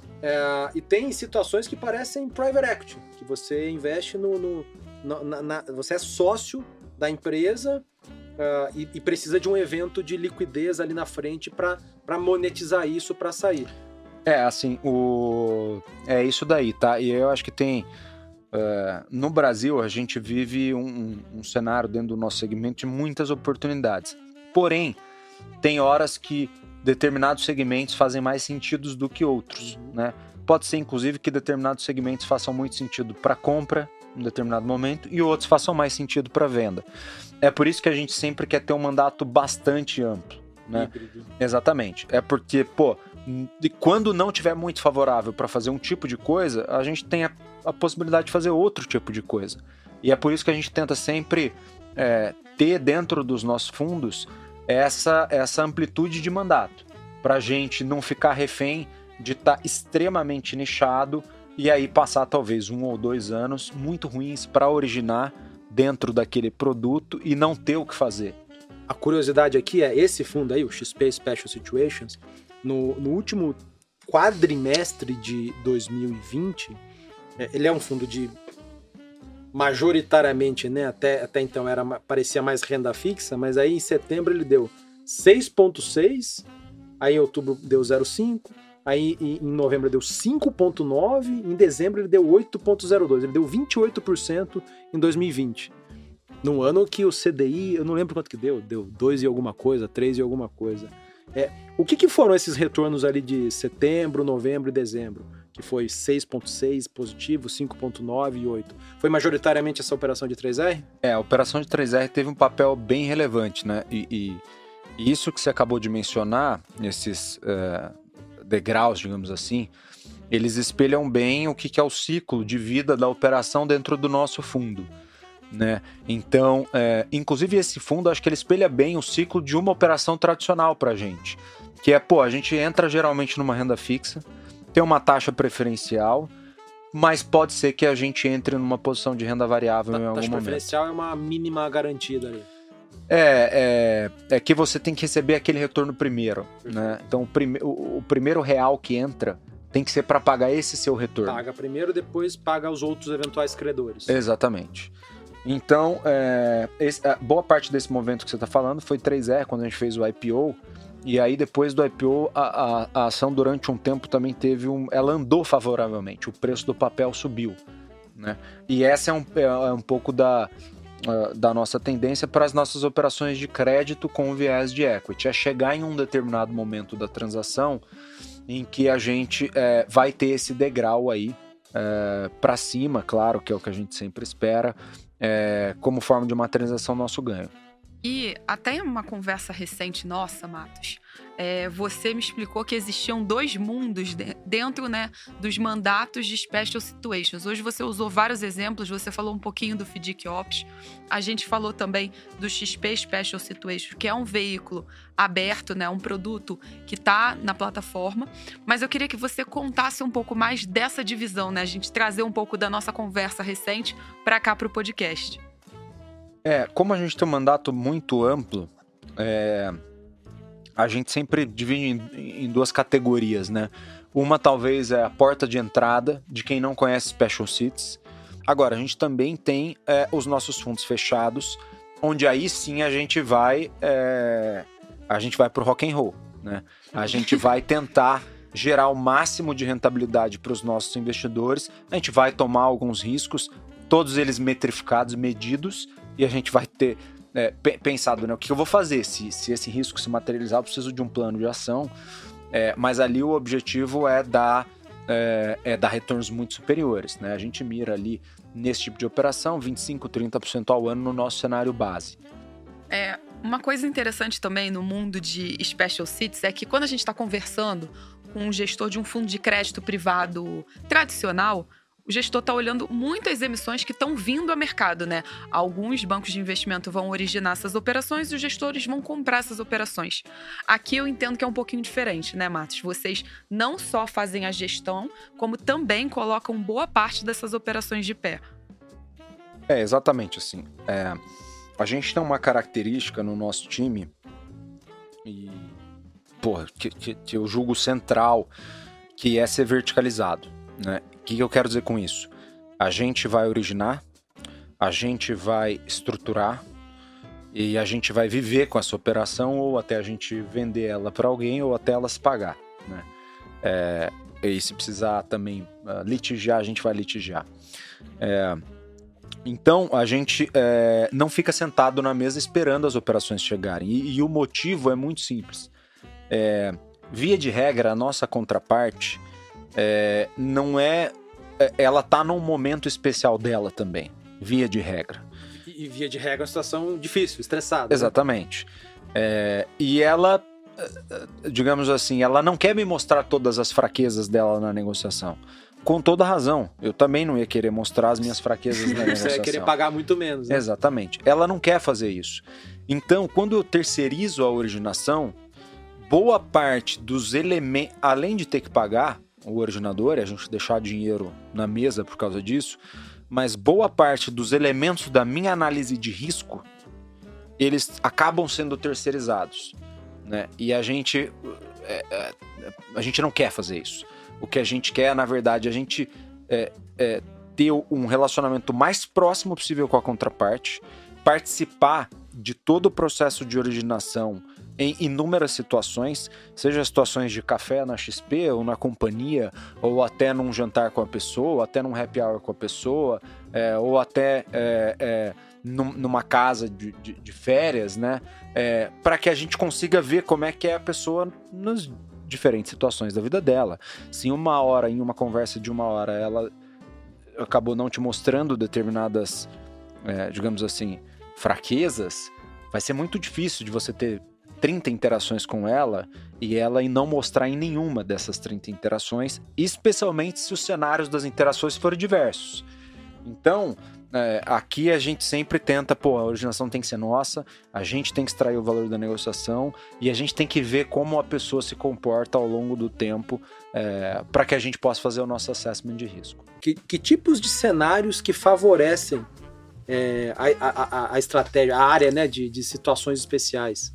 Speaker 1: É, e tem situações que parecem private equity, que você investe no... no, no na, na, você é sócio da empresa uh, e, e precisa de um evento de liquidez ali na frente para monetizar isso, para sair.
Speaker 2: É, assim, o... é isso daí, tá? E eu acho que tem... Uh, no Brasil, a gente vive um, um cenário dentro do nosso segmento de muitas oportunidades. Porém, tem horas que determinados segmentos fazem mais sentido do que outros, uhum. né? Pode ser, inclusive, que determinados segmentos façam muito sentido para compra em um determinado momento e outros façam mais sentido para venda. É por isso que a gente sempre quer ter um mandato bastante amplo, né?
Speaker 1: Híbrido.
Speaker 2: Exatamente. É porque, pô, quando não tiver muito favorável para fazer um tipo de coisa, a gente tem a, a possibilidade de fazer outro tipo de coisa. E é por isso que a gente tenta sempre é, ter dentro dos nossos fundos essa, essa amplitude de mandato, para a gente não ficar refém de estar tá extremamente nichado e aí passar talvez um ou dois anos muito ruins para originar dentro daquele produto e não ter o que fazer.
Speaker 1: A curiosidade aqui é esse fundo aí, o X P Special Situations, no, no último quadrimestre de dois mil e vinte, ele é um fundo de majoritariamente, né, até, até então era, parecia mais renda fixa, mas aí em setembro ele deu seis vírgula seis, aí em outubro deu zero vírgula cinco, aí em novembro deu cinco vírgula nove, em dezembro ele deu oito vírgula zero dois, ele deu vinte e oito por cento em dois mil e vinte. Num ano que o C D I, eu não lembro quanto que deu, deu dois e alguma coisa, três e alguma coisa. É, o que, que foram esses retornos ali de setembro, novembro e dezembro? Que foi seis vírgula seis positivo, cinco vírgula nove e oito. Foi majoritariamente essa operação de três R?
Speaker 2: É, a operação de três R teve um papel bem relevante, né? E, e, e isso que você acabou de mencionar, esses é, degraus, digamos assim, eles espelham bem o que, que é o ciclo de vida da operação dentro do nosso fundo, né? Então, é, inclusive esse fundo, acho que ele espelha bem o ciclo de uma operação tradicional pra gente. Que é, pô, a gente entra geralmente numa renda fixa, tem uma taxa preferencial, mas pode ser que a gente entre numa posição de renda variável
Speaker 1: Ta-
Speaker 2: em algum
Speaker 1: taxa
Speaker 2: momento.
Speaker 1: preferencial é uma mínima garantida ali.
Speaker 2: É, é, é que você tem que receber aquele retorno primeiro, né? Então, o, prime- o, o primeiro real que entra tem que ser para pagar esse seu retorno.
Speaker 1: Paga primeiro, depois paga os outros eventuais credores.
Speaker 2: Exatamente. Então, é, esse, a boa parte desse momento que você está falando foi três R, quando a gente fez o I P O. E aí, depois do I P O, a, a, a ação durante um tempo também teve um... Ela andou favoravelmente, o preço do papel subiu, né? E essa é um, é um pouco da, da nossa tendência para as nossas operações de crédito com viés de equity. É chegar em um determinado momento da transação em que a gente é, vai ter esse degrau aí é, para cima, claro, que é o que a gente sempre espera, é, como forma de materialização do nosso ganho.
Speaker 3: E até em uma conversa recente nossa, Matos, é, você me explicou que existiam dois mundos de, dentro, né, dos mandatos de Special Situations. Hoje você usou vários exemplos, você falou um pouquinho do F D I C Ops, a gente falou também do X P Special Situations, que é um veículo aberto, né, um produto que está na plataforma. Mas eu queria que você contasse um pouco mais dessa divisão, né, a gente trazer um pouco da nossa conversa recente para cá, para o podcast.
Speaker 2: É, como a gente tem um mandato muito amplo, é, a gente sempre divide em, em duas categorias, né? Uma talvez é a porta de entrada de quem não conhece Special Situations. Agora, a gente também tem é, os nossos fundos fechados, onde aí sim a gente vai, é, a gente vai pro rock and roll, né? A gente vai tentar gerar o máximo de rentabilidade para os nossos investidores. A gente vai tomar alguns riscos, todos eles metrificados, medidos. E a gente vai ter é, pensado, né, o que eu vou fazer? Se, se esse risco se materializar, eu preciso de um plano de ação. É, mas ali o objetivo é dar, é, é dar retornos muito superiores, né? A gente mira ali, nesse tipo de operação, vinte e cinco, trinta por cento ao ano no nosso cenário base.
Speaker 3: É, uma coisa interessante também no mundo de Special Situations é que quando a gente está conversando com um gestor de um fundo de crédito privado tradicional, o gestor está olhando muitas emissões que estão vindo ao mercado, né? Alguns bancos de investimento vão originar essas operações e os gestores vão comprar essas operações. Aqui eu entendo que é um pouquinho diferente, né, Matos? Vocês não só fazem a gestão, como também colocam boa parte dessas operações de pé.
Speaker 2: É, exatamente assim. É, a gente tem uma característica no nosso time, e, porra, que, que, que eu julgo central, que é ser verticalizado, né? O que eu quero dizer com isso? A gente vai originar, a gente vai estruturar e a gente vai viver com essa operação ou até a gente vender ela para alguém ou até ela se pagar, né? É, e se precisar também uh, litigiar, a gente vai litigiar. É, então, a gente é, não fica sentado na mesa esperando as operações chegarem. E, e o motivo é muito simples. É, via de regra, a nossa contraparte é, não é... Ela está num momento especial dela também, via de regra.
Speaker 1: E, e via de regra é uma situação difícil, estressada.
Speaker 2: Exatamente. Né? É, e ela, digamos assim, ela não quer me mostrar todas as fraquezas dela na negociação. Com toda razão. Eu também não ia querer mostrar as minhas fraquezas na negociação.
Speaker 1: Você ia querer pagar muito menos. Né?
Speaker 2: Exatamente. Ela não quer fazer isso. Então, quando eu terceirizo a originação, boa parte dos elementos, além de ter que pagar o originador e a gente deixar dinheiro na mesa por causa disso, mas boa parte dos elementos da minha análise de risco, eles acabam sendo terceirizados, né? E a gente, é, é, a gente não quer fazer isso. O que a gente quer, na verdade, a gente é, é, ter um relacionamento mais próximo possível com a contraparte, participar de todo o processo de originação em inúmeras situações, seja situações de café na X P ou na companhia, ou até num jantar com a pessoa, ou até num happy hour com a pessoa, é, ou até é, é, num, numa casa de, de, de férias, né? É, para que a gente consiga ver como é que é a pessoa nas diferentes situações da vida dela. Se em uma hora, em uma conversa de uma hora, ela acabou não te mostrando determinadas, é, digamos assim, fraquezas, vai ser muito difícil de você ter trinta interações com ela e ela e não mostrar em nenhuma dessas trinta interações, especialmente se os cenários das interações forem diversos. Então, é, aqui a gente sempre tenta, pô, a originação tem que ser nossa, a gente tem que extrair o valor da negociação e a gente tem que ver como a pessoa se comporta ao longo do tempo, é, para que a gente possa fazer o nosso assessment de risco.
Speaker 1: Que, que tipos de cenários que favorecem é, a, a, a estratégia, a área, né, de, de situações especiais?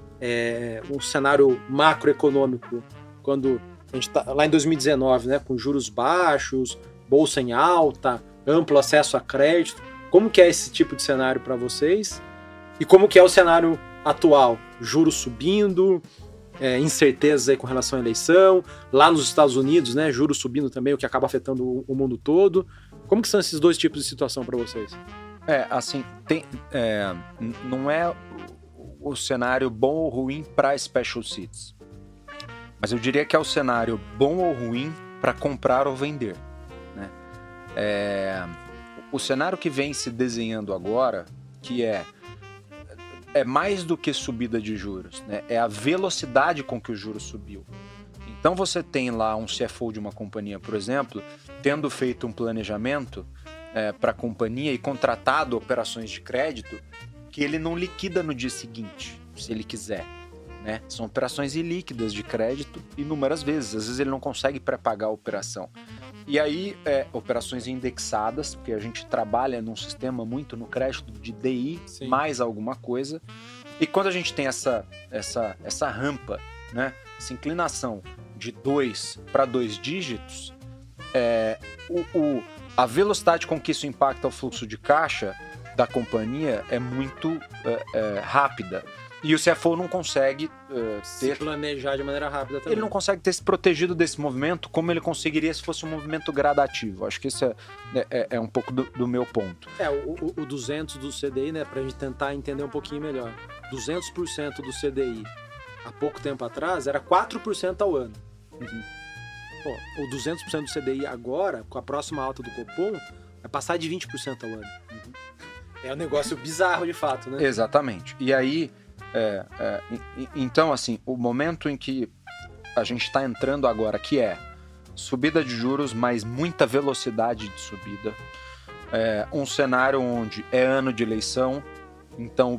Speaker 1: É, um cenário macroeconômico, quando a gente está lá em dois mil e dezenove, né, com juros baixos, bolsa em alta, amplo acesso a crédito. Como que é esse tipo de cenário para vocês? E como que é o cenário atual? Juros subindo, é, incertezas aí com relação à eleição, lá nos Estados Unidos, né, juros subindo também, o que acaba afetando o, o mundo todo. Como que são esses dois tipos de situação para vocês?
Speaker 2: É, assim, tem, é, não é o cenário bom ou ruim para special seats, mas eu diria que é o cenário bom ou ruim para comprar ou vender, né? É, o cenário que vem se desenhando agora, que é é mais do que subida de juros, né? É a velocidade com que o juro subiu. Então você tem lá um C F O de uma companhia, por exemplo, tendo feito um planejamento é, para a companhia e contratado operações de crédito que ele não liquida no dia seguinte, se ele quiser, né? São operações ilíquidas de crédito inúmeras vezes. Às vezes ele não consegue pré-pagar a operação. E aí, é, operações indexadas, porque a gente trabalha num sistema muito no crédito de D I, Sim. mais alguma coisa. E quando a gente tem essa, essa, essa rampa, né? Essa inclinação de dois para dois dígitos, é, o, o, a velocidade com que isso impacta o fluxo de caixa da companhia é muito é, é, rápida. E o C F O não consegue é, ter...
Speaker 1: se planejar de maneira rápida também.
Speaker 2: Ele não consegue ter se protegido desse movimento como ele conseguiria se fosse um movimento gradativo. Acho que esse é, é, é um pouco do, do meu ponto.
Speaker 1: É, o, o, o duzentos do C D I, né, pra gente tentar entender um pouquinho melhor. duzentos por cento do C D I, há pouco tempo atrás, era quatro por cento ao ano. Uhum. Pô, o duzentos por cento do C D I agora, com a próxima alta do Copom, vai passar de vinte por cento ao ano. Uhum. É um negócio bizarro, de fato, né?
Speaker 2: Exatamente. E aí, é, é, então, assim, o momento em que a gente está entrando agora, que é subida de juros, mas muita velocidade de subida. É, um cenário onde é ano de eleição, então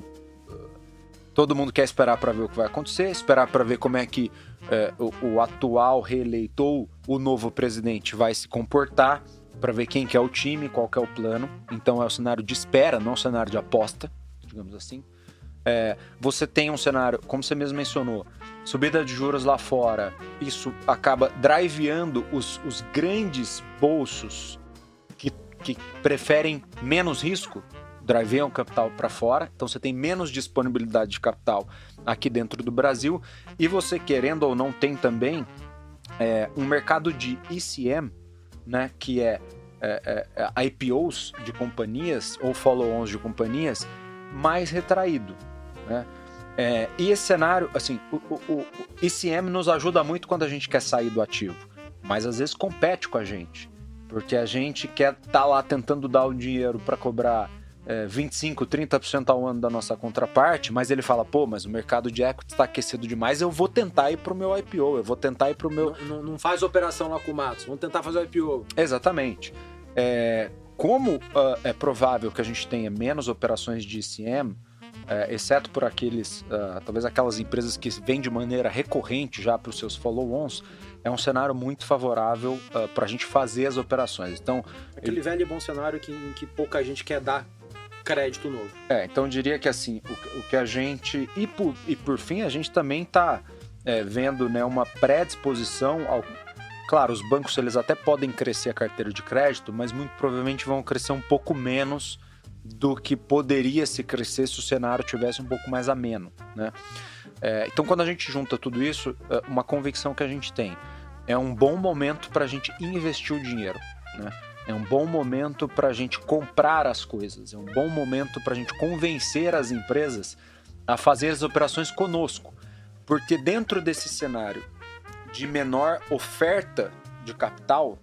Speaker 2: todo mundo quer esperar para ver o que vai acontecer, esperar para ver como é que é, o, o atual reeleito ou o novo presidente vai se comportar, para ver quem que é o time, qual que é o plano. Então é o cenário de espera, não o cenário de aposta, digamos assim. É, você tem um cenário, como você mesmo mencionou, subida de juros lá fora, isso acaba driveando os, os grandes bolsos que, que preferem menos risco, driveiam capital para fora, então você tem menos disponibilidade de capital aqui dentro do Brasil, e você, querendo ou não, tem também é, um mercado de E C M, né, que é, é, é I P Os de companhias ou follow-ons de companhias mais retraído, né? É, e esse cenário, assim, o, o, o E C M nos ajuda muito quando a gente quer sair do ativo, mas às vezes compete com a gente, porque a gente quer estar tá lá tentando dar o dinheiro para cobrar é, vinte e cinco, trinta por cento ao ano da nossa contraparte, mas ele fala, pô, mas o mercado de equity está aquecido demais, eu vou tentar ir para o meu I P O, eu vou tentar ir para o meu...
Speaker 1: Não, não faz operação lá com o Matos, vamos tentar fazer o I P O.
Speaker 2: Exatamente. É, como uh, é provável que a gente tenha menos operações de E C M, é, exceto por aqueles, uh, talvez aquelas empresas que vêm de maneira recorrente já para os seus follow-ons, é um cenário muito favorável uh, para a gente fazer as operações. Então,
Speaker 1: aquele
Speaker 2: ele...
Speaker 1: velho e bom cenário que, em que pouca gente quer dar crédito novo.
Speaker 2: É, então eu diria que assim, o, o que a gente... E por, e por fim, a gente também está é, vendo, né, uma predisposição ao... Claro, os bancos eles até podem crescer a carteira de crédito, mas muito provavelmente vão crescer um pouco menos do que poderia se crescer se o cenário tivesse um pouco mais ameno, né? É, então, quando a gente junta tudo isso, uma convicção que a gente tem é um bom momento para a gente investir o dinheiro, né? É um bom momento para a gente comprar as coisas, é um bom momento para a gente convencer as empresas a fazer as operações conosco, porque dentro desse cenário de menor oferta de capital,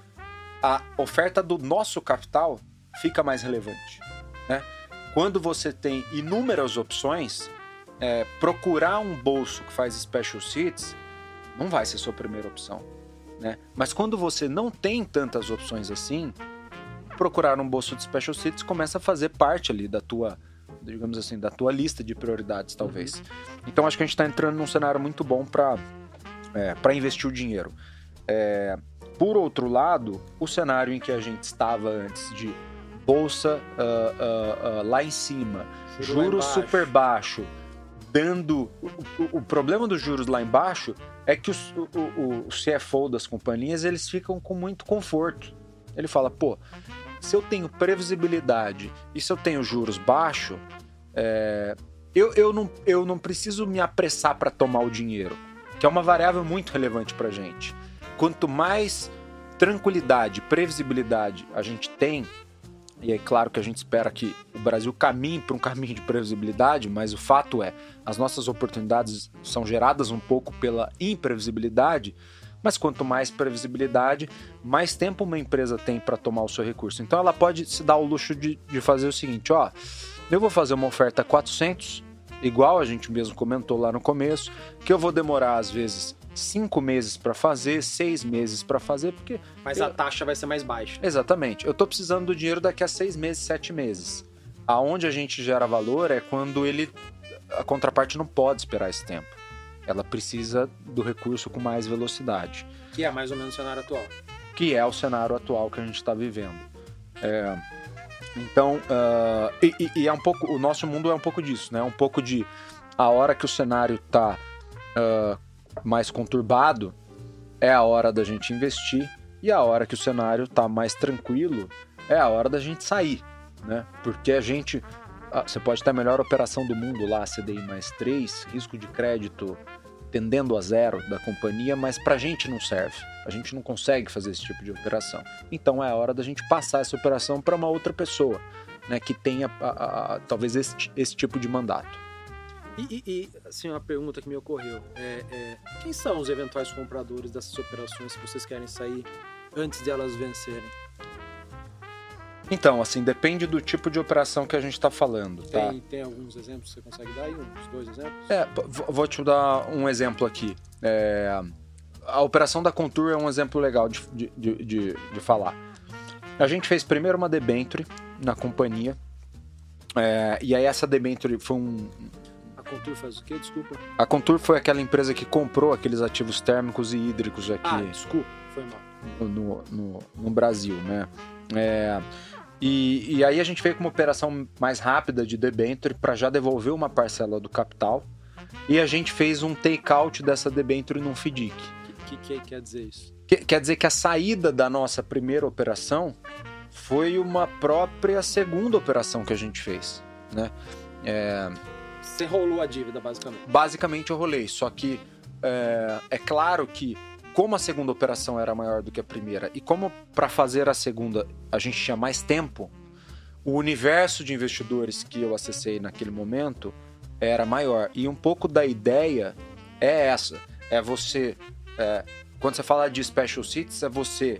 Speaker 2: a oferta do nosso capital fica mais relevante, né? Quando você tem inúmeras opções, é, procurar um bolso que faz special sits não vai ser sua primeira opção, né? Mas quando você não tem tantas opções assim, procurar um bolso de special sits começa a fazer parte ali da tua, digamos assim, da tua lista de prioridades, talvez. Uhum. Então acho que a gente está entrando num cenário muito bom para é, para investir o dinheiro. É, por outro lado, o cenário em que a gente estava antes de bolsa uh, uh, uh, lá em cima, Juro juros super baixo, dando... O, o, o problema dos juros lá embaixo é que os, o, o, o C F O das companhias, eles ficam com muito conforto. Ele fala, pô, se eu tenho previsibilidade e se eu tenho juros baixos, é, eu, eu, não, eu não preciso me apressar para tomar o dinheiro, que é uma variável muito relevante para a gente. Quanto mais tranquilidade, previsibilidade a gente tem, e é claro que a gente espera que o Brasil caminhe para um caminho de previsibilidade, mas o fato é, as nossas oportunidades são geradas um pouco pela imprevisibilidade, mas quanto mais previsibilidade, mais tempo uma empresa tem para tomar o seu recurso. Então ela pode se dar o luxo de, de fazer o seguinte, ó, eu vou fazer uma oferta quatrocentos, igual a gente mesmo comentou lá no começo, que eu vou demorar às vezes cinco meses para fazer, seis meses para fazer, porque...
Speaker 1: Mas
Speaker 2: eu...
Speaker 1: a taxa vai ser mais baixa.
Speaker 2: Exatamente. Eu tô precisando do dinheiro daqui a seis meses, sete meses. Aonde a gente gera valor é quando ele... a contraparte não pode esperar esse tempo. Ela precisa do recurso com mais velocidade.
Speaker 1: Que é mais ou menos o cenário atual.
Speaker 2: Que é o cenário atual que a gente está vivendo. É... Então, uh... e, e é um pouco... o nosso mundo é um pouco disso, né? Um pouco de... a hora que o cenário tá... Uh... mais conturbado, é a hora da gente investir, e a hora que o cenário tá mais tranquilo é a hora da gente sair, né? Porque a gente, você pode ter a melhor operação do mundo lá, C D I mais três, risco de crédito tendendo a zero da companhia, mas pra gente não serve, a gente não consegue fazer esse tipo de operação, então é a hora da gente passar essa operação para uma outra pessoa, né, que tenha a, a, a, talvez esse, esse tipo de mandato.
Speaker 1: E, e, assim, uma pergunta que me ocorreu, é, é, quem são os eventuais compradores dessas operações que vocês querem sair antes de elas vencerem?
Speaker 2: Então, assim, depende do tipo de operação que a gente está falando, tá?
Speaker 1: Tem, tem alguns exemplos que você consegue dar aí? Uns dois exemplos?
Speaker 2: É, vou te dar um exemplo aqui. É, a operação da Contour é um exemplo legal de, de, de, de, de falar. A gente fez primeiro uma debenture na companhia, é, e aí essa debenture foi um...
Speaker 1: A Contour faz o quê? Desculpa.
Speaker 2: A Contour foi aquela empresa que comprou aqueles ativos térmicos e hídricos aqui.
Speaker 1: Ah, desculpa, foi mal.
Speaker 2: No, no, no Brasil, né? É, e, e aí a gente fez com uma operação mais rápida de debenture para já devolver uma parcela do capital, e a gente fez um take-out dessa debenture num F D I C.
Speaker 1: O que, que, que quer dizer isso?
Speaker 2: Que, quer dizer que a saída da nossa primeira operação foi uma própria segunda operação que a gente fez, né? É,
Speaker 1: Você rolou a dívida, basicamente.
Speaker 2: Basicamente eu rolei, só que é, é claro que como a segunda operação era maior do que a primeira e como para fazer a segunda a gente tinha mais tempo, o universo de investidores que eu acessei naquele momento era maior. E um pouco da ideia é essa, é você, é, quando você fala de special seats, é você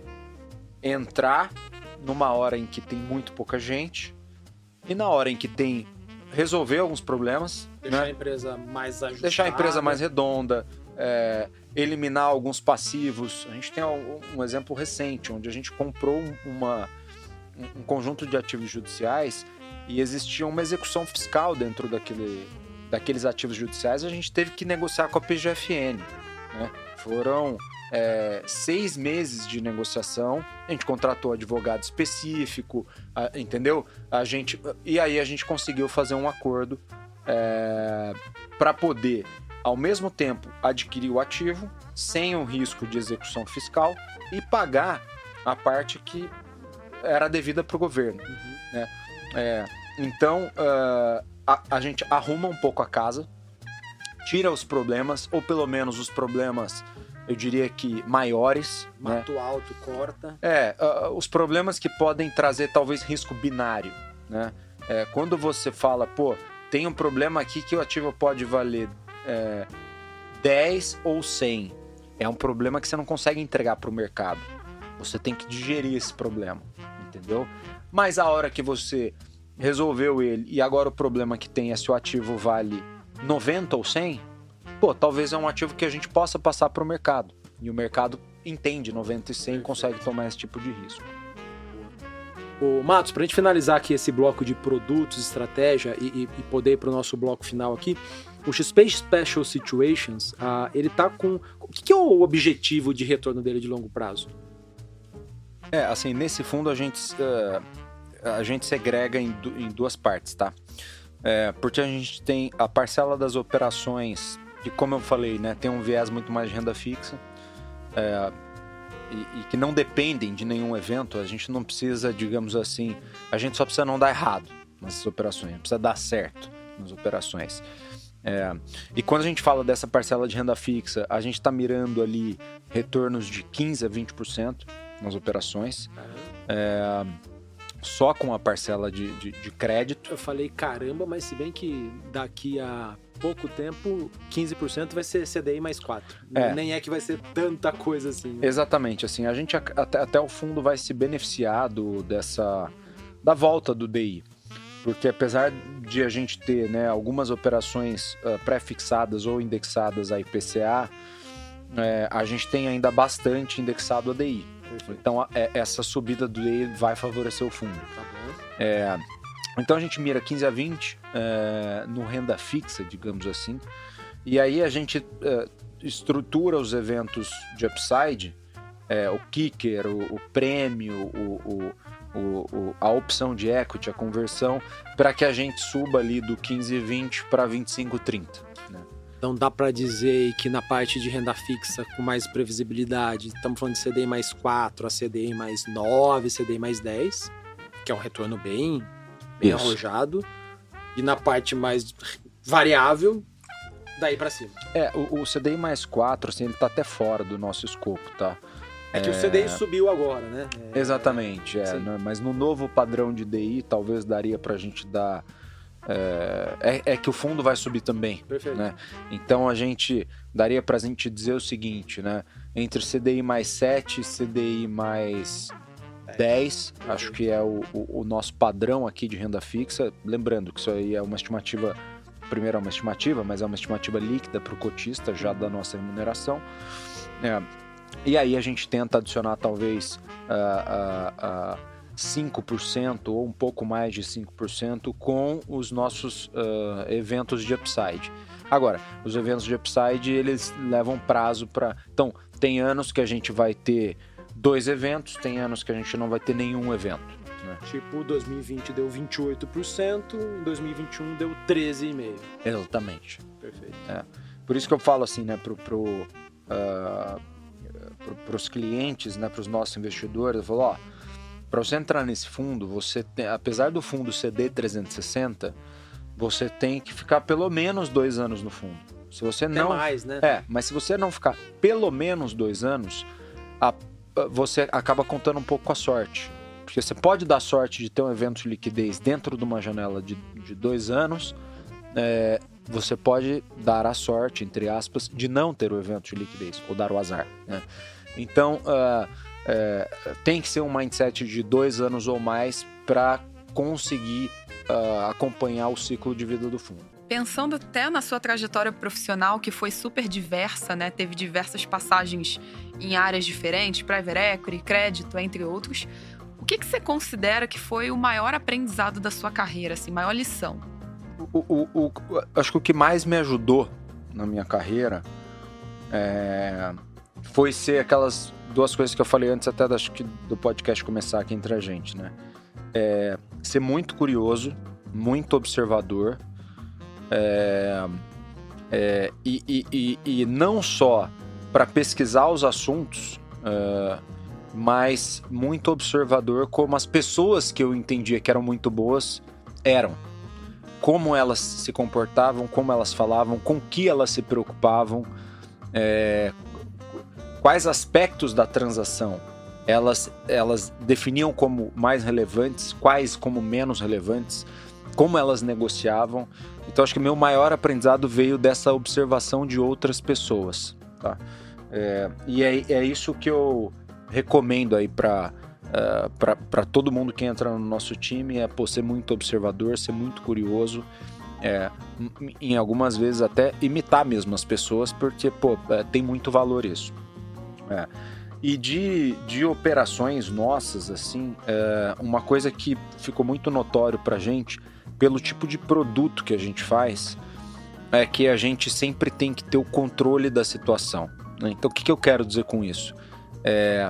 Speaker 2: entrar numa hora em que tem muito pouca gente e na hora em que tem resolver alguns problemas,
Speaker 1: deixar
Speaker 2: né?
Speaker 1: a empresa mais ajustada,
Speaker 2: deixar a empresa mais redonda, é, eliminar alguns passivos. A gente tem um, um exemplo recente onde a gente comprou uma, um conjunto de ativos judiciais e existia uma execução fiscal dentro daquele, daqueles ativos judiciais. A gente teve que negociar com a P G F N, né? Foram é, seis meses de negociação. A gente contratou advogado específico, a, entendeu? A gente, e aí a gente conseguiu fazer um acordo é, para poder, ao mesmo tempo, adquirir o ativo sem o risco de execução fiscal e pagar a parte que era devida para o governo, uhum. né? É, então, uh, a, a gente arruma um pouco a casa, tira os problemas, ou pelo menos os problemas, eu diria que maiores.
Speaker 1: Mato
Speaker 2: né?
Speaker 1: alto, corta.
Speaker 2: É, uh, os problemas que podem trazer talvez risco binário, né? É, quando você fala, pô, tem um problema aqui que o ativo pode valer é, dez ou cem. É um problema que você não consegue entregar para o mercado. Você tem que digerir esse problema, entendeu? Mas a hora que você resolveu ele e agora o problema que tem é se o ativo vale noventa ou cem, pô, talvez é um ativo que a gente possa passar para o mercado. E o mercado entende noventa e cem e consegue tomar esse tipo de risco.
Speaker 1: Ô, Matos, para a gente finalizar aqui esse bloco de produtos, estratégia e, e, e poder ir para o nosso bloco final aqui, o X P Special Situations, uh, ele tá com... O que, que é o objetivo de retorno dele de longo prazo?
Speaker 2: É, assim, nesse fundo a gente, uh, a gente segrega em, du- em duas partes, tá? É, porque a gente tem a parcela das operações, que como eu falei, né, tem um viés muito mais de renda fixa, é, e, e que não dependem de nenhum evento. A gente não precisa, digamos assim, a gente só precisa não dar errado nessas operações, precisa dar certo nas operações. É, e quando a gente fala dessa parcela de renda fixa, a gente está mirando ali retornos de quinze a vinte por cento nas operações, é, só com a parcela de, de, de crédito.
Speaker 1: Eu falei caramba, mas se bem que daqui a pouco tempo, quinze por cento vai ser C D I mais quatro.
Speaker 2: É.
Speaker 1: Nem é que vai ser tanta coisa assim. Né?
Speaker 2: Exatamente, assim, a gente até, até o fundo vai se beneficiar do, dessa, da volta do D I. Porque apesar de a gente ter, né, algumas operações uh, pré-fixadas ou indexadas a I P C A, é, a gente tem ainda bastante indexado a D I. Perfeito. Então a, é, essa subida do D I vai favorecer o fundo.
Speaker 1: Tá bom.
Speaker 2: É, então a gente mira quinze a vinte é, no renda fixa, digamos assim. E aí a gente é, estrutura os eventos de upside, é, o kicker, o, o prêmio, o... o O, o, a opção de equity, a conversão, para que a gente suba ali do quinze vinte para vinte e cinco trinta. Né?
Speaker 1: Então dá para dizer que na parte de renda fixa com mais previsibilidade, estamos falando de C D I mais quatro, a C D I mais nove, C D I mais dez, que é um retorno bem, bem
Speaker 2: Isso.
Speaker 1: arrojado. E na parte mais variável, daí para cima.
Speaker 2: É, o, o C D I mais quatro, assim, ele tá até fora do nosso escopo, tá?
Speaker 1: É que é... o C D I subiu agora, né? É...
Speaker 2: Exatamente, é, né? Mas no novo padrão de D I, talvez daria pra gente dar... É, é, é que o fundo vai subir também.
Speaker 1: Perfeito.
Speaker 2: Né? Então a gente daria pra gente dizer o seguinte, né? Entre C D I mais sete e C D I mais dez, Perfeito. Acho que é o, o, o nosso padrão aqui de renda fixa. Lembrando que isso aí é uma estimativa primeiro é uma estimativa, mas é uma estimativa líquida para o cotista já da nossa remuneração. É, e aí a gente tenta adicionar talvez uh, uh, uh, cinco por cento ou um pouco mais de cinco por cento com os nossos uh, eventos de upside. Agora, os eventos de upside, eles levam prazo para... Então, tem anos que a gente vai ter dois eventos, tem anos que a gente não vai ter nenhum evento. Né?
Speaker 1: Tipo, dois mil e vinte deu vinte e oito por cento, em dois mil e vinte e um deu treze vírgula cinco por cento.
Speaker 2: Exatamente.
Speaker 1: Perfeito.
Speaker 2: É. Por isso que eu falo assim, né, pro, pro, uh, pro, pros clientes, né, pros nossos investidores, eu falo, ó, para você entrar nesse fundo, você tem, apesar do fundo C D trezentos e sessenta, você tem que ficar pelo menos dois anos no fundo. Se você
Speaker 1: Até
Speaker 2: não,
Speaker 1: mais, né?
Speaker 2: É, mas se você não ficar pelo menos dois anos, a, você acaba contando um pouco com a sorte. Porque você pode dar sorte de ter um evento de liquidez dentro de uma janela de, de dois anos, é, você pode dar a sorte, entre aspas, de não ter o evento de liquidez, ou dar o azar. Né? Então, uh, é, tem que ser um mindset de dois anos ou mais para conseguir uh, acompanhar o ciclo de vida do fundo.
Speaker 3: Pensando até na sua trajetória profissional, que foi super diversa, né? Teve diversas passagens em áreas diferentes, private equity, crédito, entre outros. O que, que você considera que foi o maior aprendizado da sua carreira, assim, maior lição?
Speaker 2: O, o, o, acho que o que mais me ajudou na minha carreira é, foi ser aquelas duas coisas que eu falei antes até acho que do podcast começar aqui entre a gente, né? É, ser muito curioso, muito observador, é, é, e, e, e, e não só para pesquisar os assuntos, é, mas muito observador como as pessoas que eu entendia que eram muito boas eram. Como elas se comportavam, como elas falavam, com que elas se preocupavam, é, quais aspectos da transação elas, elas definiam como mais relevantes, quais como menos relevantes, como elas negociavam. Então acho que meu maior aprendizado veio dessa observação de outras pessoas. Tá? É, e é, é isso que eu recomendo aí para uh, para todo mundo que entra no nosso time, é pô, ser muito observador, ser muito curioso, é, em algumas vezes até imitar mesmo as pessoas, porque pô, é, tem muito valor isso. É. E de, de operações nossas, assim, é, uma coisa que ficou muito notório pra gente, pelo tipo de produto que a gente faz, é que a gente sempre tem que ter o controle da situação. Né? Então, o que, que eu quero dizer com isso? É,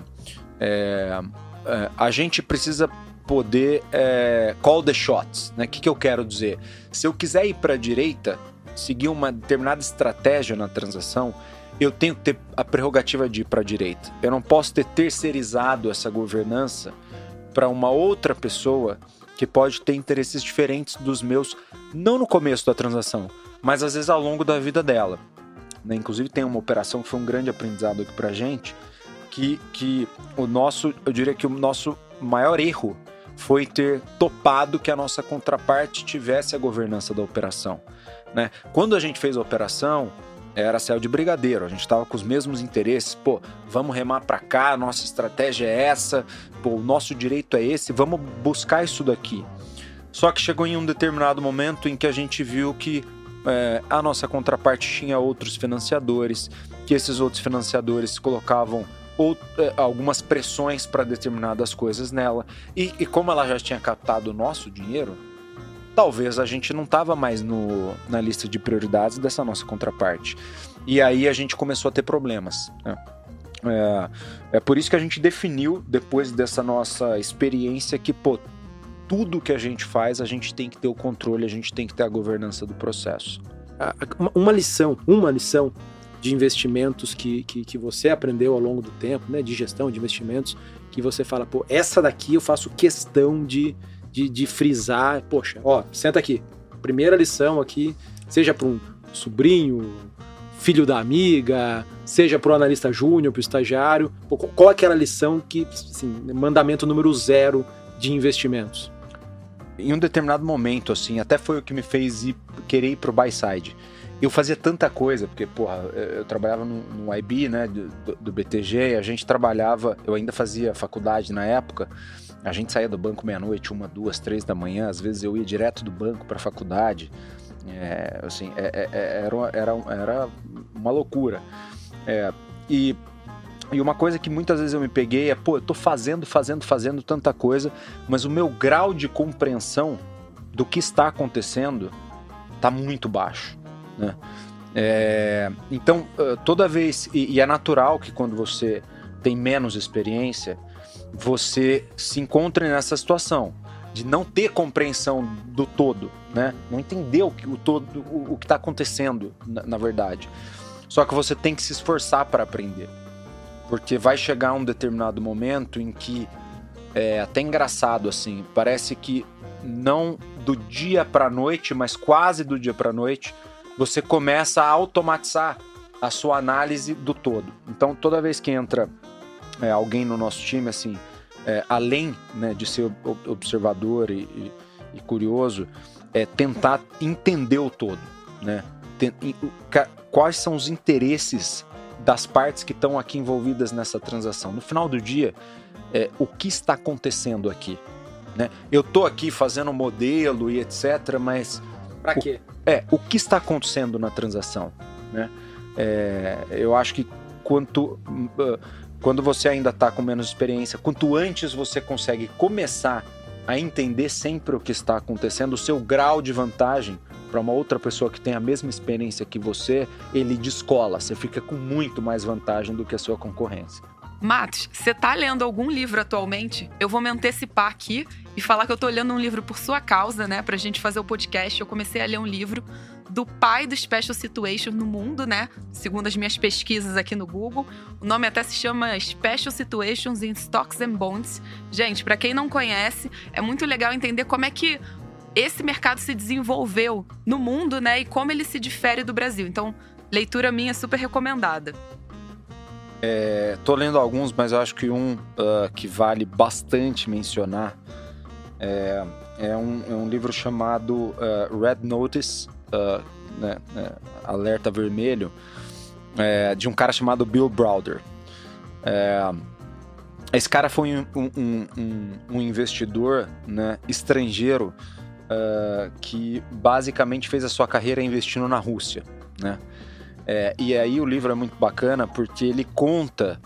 Speaker 2: é, é, a gente precisa poder é, call the shots. Né? O que, que eu quero dizer? Se eu quiser ir para a direita, seguir uma determinada estratégia na transação, eu tenho que ter a prerrogativa de ir para a direita. Eu não posso ter terceirizado essa governança para uma outra pessoa que pode ter interesses diferentes dos meus, não no começo da transação, mas às vezes ao longo da vida dela. Né? Inclusive tem uma operação que foi um grande aprendizado aqui pra gente, que, que o nosso, eu diria que o nosso maior erro foi ter topado que a nossa contraparte tivesse a governança da operação. Né? Quando a gente fez a operação, era céu de brigadeiro, a gente estava com os mesmos interesses, pô, vamos remar para cá, nossa estratégia é essa, pô, o nosso direito é esse, vamos buscar isso daqui. Só que chegou em um determinado momento em que a gente viu que é, a nossa contraparte tinha outros financiadores, que esses outros financiadores colocavam ou, é, algumas pressões para determinadas coisas nela, e, e como ela já tinha captado o nosso dinheiro, talvez a gente não estava mais no, na lista de prioridades dessa nossa contraparte. E aí a gente começou a ter problemas. Né? É, é por isso que a gente definiu, depois dessa nossa experiência, que pô, tudo que a gente faz, a gente tem que ter o controle, a gente tem que ter a governança do processo.
Speaker 1: Uma lição, uma lição de investimentos que, que, que você aprendeu ao longo do tempo, né, de gestão de investimentos, que você fala, pô, essa daqui eu faço questão de De, de frisar, poxa, ó, senta aqui. Primeira lição aqui, seja para um sobrinho, filho da amiga, seja para o analista júnior, para o estagiário, pô, qual é aquela lição que, assim, mandamento número zero de investimentos?
Speaker 2: Em um determinado momento, assim, até foi o que me fez ir, querer ir pro buy side. Eu fazia tanta coisa, porque, porra, eu trabalhava no, no I B, né, do, do B T G, a gente trabalhava, eu ainda fazia faculdade na época, a gente saía do banco meia-noite, uma, duas, três da manhã, às vezes eu ia direto do banco para a faculdade, É, assim, é, é, era, uma, era, era uma loucura. É, e, e uma coisa que muitas vezes eu me peguei é, pô, eu tô fazendo, fazendo, fazendo tanta coisa, mas o meu grau de compreensão do que está acontecendo tá muito baixo, né? É, então, toda vez, e, e é natural que quando você tem menos experiência, você se encontre nessa situação de não ter compreensão do todo, né? Não entender o que o todo, o, o que está acontecendo, na, na verdade. Só que você tem que se esforçar para aprender, porque vai chegar um determinado momento em que é até engraçado, assim, parece que não do dia para a noite, mas quase do dia para a noite, você começa a automatizar a sua análise do todo. Então, toda vez que entra é, alguém no nosso time, assim, é, além, né, de ser observador e, e, e curioso, é tentar entender o todo, né? Tem, e, quais são os interesses das partes que estão aqui envolvidas nessa transação. No final do dia, é, o que está acontecendo aqui, né? Eu estou aqui fazendo modelo e etcétera, mas...
Speaker 1: Para quê?
Speaker 2: O, é, o que está acontecendo na transação, né? É, eu acho que quanto, uh, quando você ainda está com menos experiência, quanto antes você consegue começar a entender sempre o que está acontecendo, o seu grau de vantagem para uma outra pessoa que tem a mesma experiência que você, ele descola, você fica com muito mais vantagem do que a sua concorrência.
Speaker 3: Matos, você tá lendo algum livro atualmente? Eu vou me antecipar aqui e falar que eu tô lendo um livro por sua causa, né? Pra gente fazer o podcast. Eu comecei a ler um livro do pai do Special Situations no mundo, né? Segundo as minhas pesquisas aqui no Google. O nome até se chama Special Situations in Stocks and Bonds. Gente, pra quem não conhece, é muito legal entender como é que esse mercado se desenvolveu no mundo, né? E como ele se difere do Brasil. Então, leitura minha super recomendada.
Speaker 2: É, tô lendo alguns, mas eu acho que um uh, que vale bastante mencionar é, é, um, é um livro chamado uh, Red Notice, uh, né, né, Alerta Vermelho, é, de um cara chamado Bill Browder. É, esse cara foi um, um, um, um investidor, né, estrangeiro uh, que basicamente fez a sua carreira investindo na Rússia, né? É, e aí o livro é muito bacana porque ele conta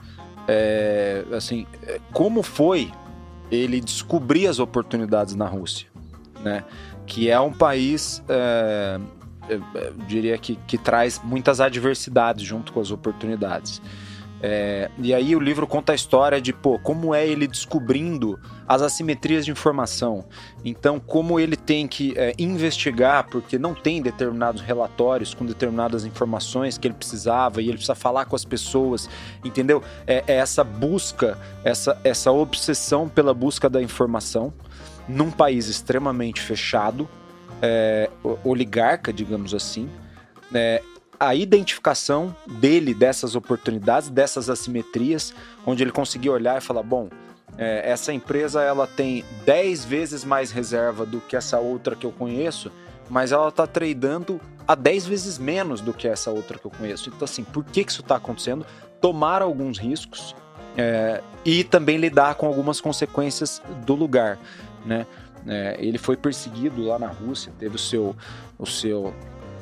Speaker 2: é, assim, como foi ele descobrir as oportunidades na Rússia, né? Que é um país, é, eu diria que, que traz muitas adversidades junto com as oportunidades. É, e aí o livro conta a história de pô, como é ele descobrindo as assimetrias de informação. Então, como ele tem que é, investigar, porque não tem determinados relatórios com determinadas informações que ele precisava, e ele precisa falar com as pessoas, entendeu? É, é essa busca, essa, essa obsessão pela busca da informação num país extremamente fechado, é, oligarca, digamos assim, é, a identificação dele dessas oportunidades, dessas assimetrias, onde ele conseguiu olhar e falar, bom, é, essa empresa ela tem dez vezes mais reserva do que essa outra que eu conheço, mas ela está tradando a dez vezes menos do que essa outra que eu conheço. Então, assim, por que, que isso está acontecendo? Tomar alguns riscos é, e também lidar com algumas consequências do lugar, né? É, ele foi perseguido lá na Rússia, teve o seu... O seu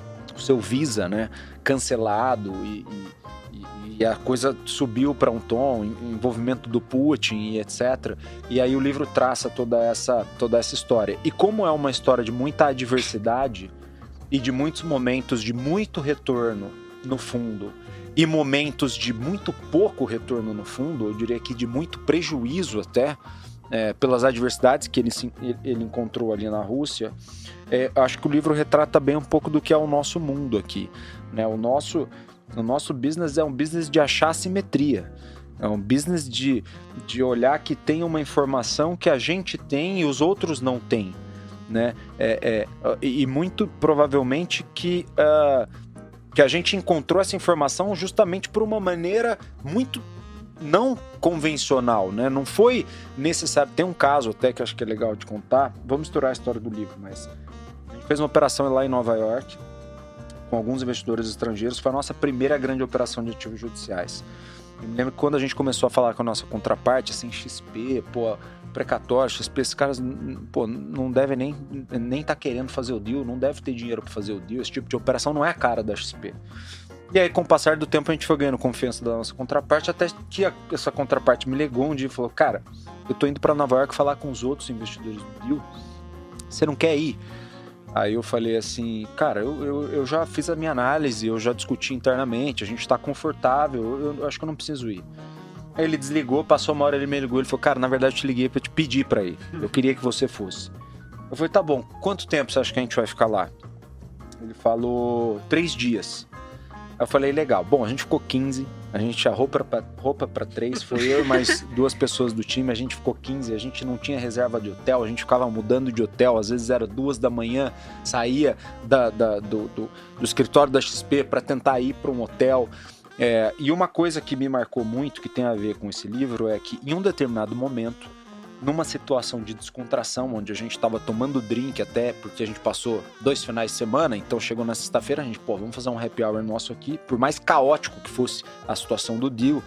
Speaker 2: o seu Visa, né, cancelado e, e, e a coisa subiu para um tom, envolvimento do Putin e etcétera. E aí o livro traça toda essa, toda essa história. E como é uma história de muita adversidade e de muitos momentos de muito retorno no fundo e momentos de muito pouco retorno no fundo, eu diria que de muito prejuízo até, É, pelas adversidades que ele, ele encontrou ali na Rússia, é, acho que o livro retrata bem um pouco do que é o nosso mundo aqui, né? O nosso, o nosso business é um business de achar simetria, é um business de, de olhar que tem uma informação que a gente tem e os outros não têm, né? É, é, e muito provavelmente que, uh, que a gente encontrou essa informação justamente por uma maneira muito não convencional, né? Não foi necessário. Tem um caso até que acho que é legal de contar. Vou misturar a história do livro, mas a gente fez uma operação lá em Nova York com alguns investidores estrangeiros. Foi a nossa primeira grande operação de ativos judiciais. Eu me lembro que quando a gente começou a falar com a nossa contraparte, assim, X P, pô, precatório, X P, esses caras, pô, não devem nem nem tá querendo fazer o deal, não deve ter dinheiro para fazer o deal, esse tipo de operação não é a cara da X P. E aí, com o passar do tempo, a gente foi ganhando confiança da nossa contraparte, até que a, essa contraparte me ligou um dia e falou, cara, eu tô indo para Nova York falar com os outros investidores do deal, você não quer ir? Aí eu falei assim, cara, eu, eu, eu já fiz a minha análise, eu já discuti internamente, a gente tá confortável, eu, eu acho que eu não preciso ir. Aí ele desligou, passou uma hora, ele me ligou, ele falou, cara, na verdade eu te liguei pra te pedir pra ir, eu queria que você fosse. Eu falei, tá bom, quanto tempo você acha que a gente vai ficar lá? Ele falou, três dias. Eu falei, legal, bom, a gente ficou quinze, a gente tinha roupa pra, roupa pra três, foi eu e mais duas pessoas do time, a gente ficou quinze, a gente não tinha reserva de hotel, a gente ficava mudando de hotel, às vezes era duas da manhã, saía da, da, do, do, do escritório da X P para tentar ir para um hotel. É, e uma coisa que me marcou muito, que tem a ver com esse livro, é que em um determinado momento, numa situação de descontração, onde a gente estava tomando drink até, porque a gente passou dois finais de semana, então chegou na sexta-feira, a gente, pô, vamos fazer um happy hour nosso aqui, por mais caótico que fosse a situação do deal.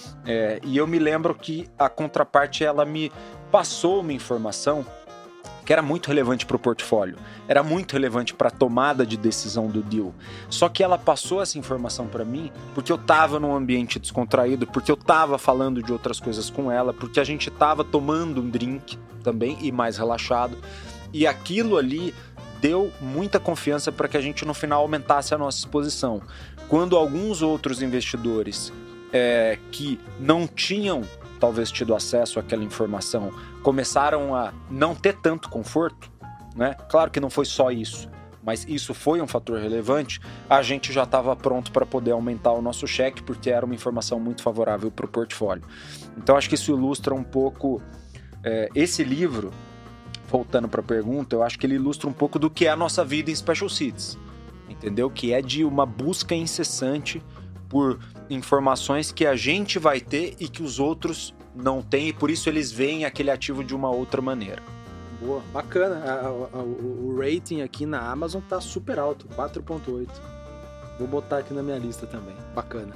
Speaker 2: É, e eu me lembro que a contraparte, ela me passou uma informação que era muito relevante para o portfólio, era muito relevante para a tomada de decisão do deal. Só que ela passou essa informação para mim porque eu estava num ambiente descontraído, porque eu estava falando de outras coisas com ela, porque a gente estava tomando um drink também e mais relaxado. E aquilo ali deu muita confiança para que a gente no final aumentasse a nossa exposição. Quando alguns outros investidores é, que não tinham talvez tido acesso àquela informação, começaram a não ter tanto conforto, né? Claro que não foi só isso, mas isso foi um fator relevante, a gente já estava pronto para poder aumentar o nosso cheque, porque era uma informação muito favorável para o portfólio. Então acho que isso ilustra um pouco, é, esse livro, voltando para a pergunta, eu acho que ele ilustra um pouco do que é a nossa vida em Special Seeds, entendeu? Que é de uma busca incessante por informações que a gente vai ter e que os outros não têm, e por isso eles veem aquele ativo de uma outra maneira.
Speaker 1: Boa, bacana. A, a, a, o rating aqui na Amazon tá super alto, quatro ponto oito. Vou botar aqui na minha lista também. Bacana.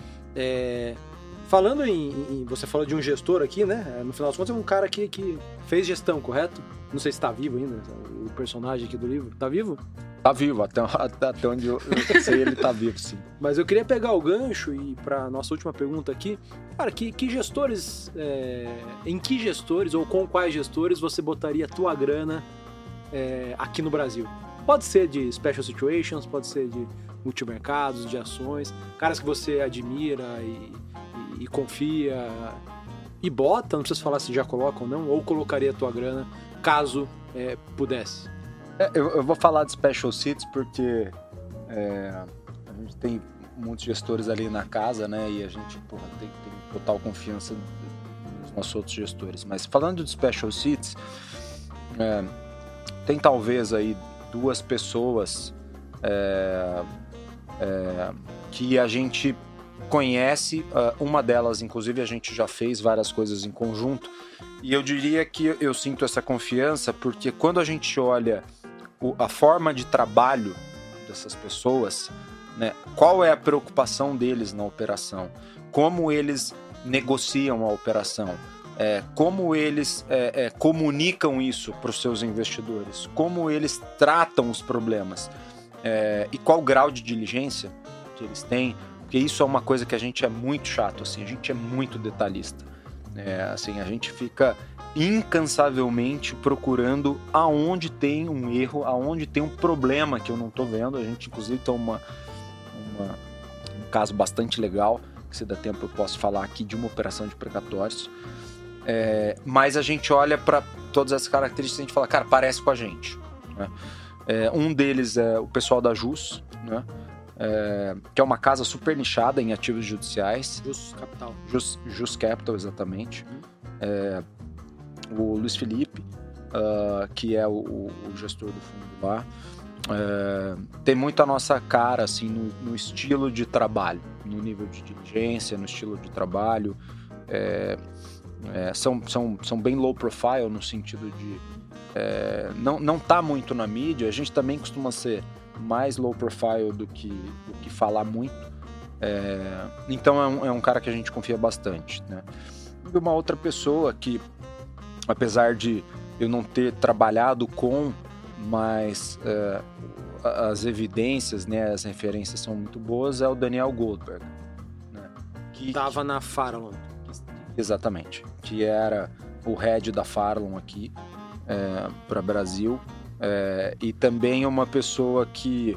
Speaker 1: É, falando em, em... Você falou de um gestor aqui, né? No final das contas é um cara que, que fez gestão, correto? Não sei se tá vivo ainda, o personagem aqui do livro. Tá vivo?
Speaker 2: Tá vivo, até, até onde eu, eu sei ele tá vivo, sim.
Speaker 1: Mas eu queria pegar o gancho e para nossa última pergunta aqui, cara, que, que gestores, é, em que gestores ou com quais gestores você botaria a tua grana é, aqui no Brasil? Pode ser de special situations, pode ser de multimercados, de ações, caras que você admira e, e, e confia e bota, não precisa falar se já coloca ou não, ou colocaria a tua grana caso é, pudesse.
Speaker 2: É, eu, eu vou falar de Special Seeds porque é, a gente tem muitos gestores ali na casa, né? E a gente porra, tem, tem total confiança nos nossos outros gestores. Mas falando de Special Seeds, é, tem talvez aí duas pessoas é, é, que a gente conhece, uma delas, inclusive, a gente já fez várias coisas em conjunto. E eu diria que eu sinto essa confiança porque quando a gente olha a forma de trabalho dessas pessoas, né, qual é a preocupação deles na operação, como eles negociam a operação, é, como eles é, é, comunicam isso para os seus investidores, como eles tratam os problemas é, e qual grau de diligência que eles têm, porque isso é uma coisa que a gente é muito chato, assim, a gente é muito detalhista. É, assim, a gente fica incansavelmente procurando aonde tem um erro, aonde tem um problema que eu não estou vendo. A gente, inclusive, tem uma, uma, um caso bastante legal, que se dá tempo eu posso falar aqui, de uma operação de precatórios. É, mas a gente olha para todas essas características e a gente fala, cara, parece com a gente. Né? É, um deles é o pessoal da Jus, né? É, que é uma casa super nichada em ativos judiciais.
Speaker 1: Jus Capital.
Speaker 2: Jus, Jus Capital, exatamente. Uhum. É, o Luiz Felipe, uh, que é o, o gestor do fundo lá, é, tem muito a nossa cara assim, no, no estilo de trabalho, no nível de diligência, no estilo de trabalho. É, é, são, são, são bem low profile no sentido de é, não, não tá muito na mídia. A gente também costuma ser mais low profile do que, do que falar muito. É, então é um, é um cara que a gente confia bastante, né? E uma outra pessoa que apesar de eu não ter trabalhado com, mas é, as evidências, né, as referências são muito boas, é o Daniel Goldberg, né, que
Speaker 1: estava na Farallon.
Speaker 2: Exatamente, que era o head da Farallon aqui é, para o Brasil, é, e também uma pessoa que,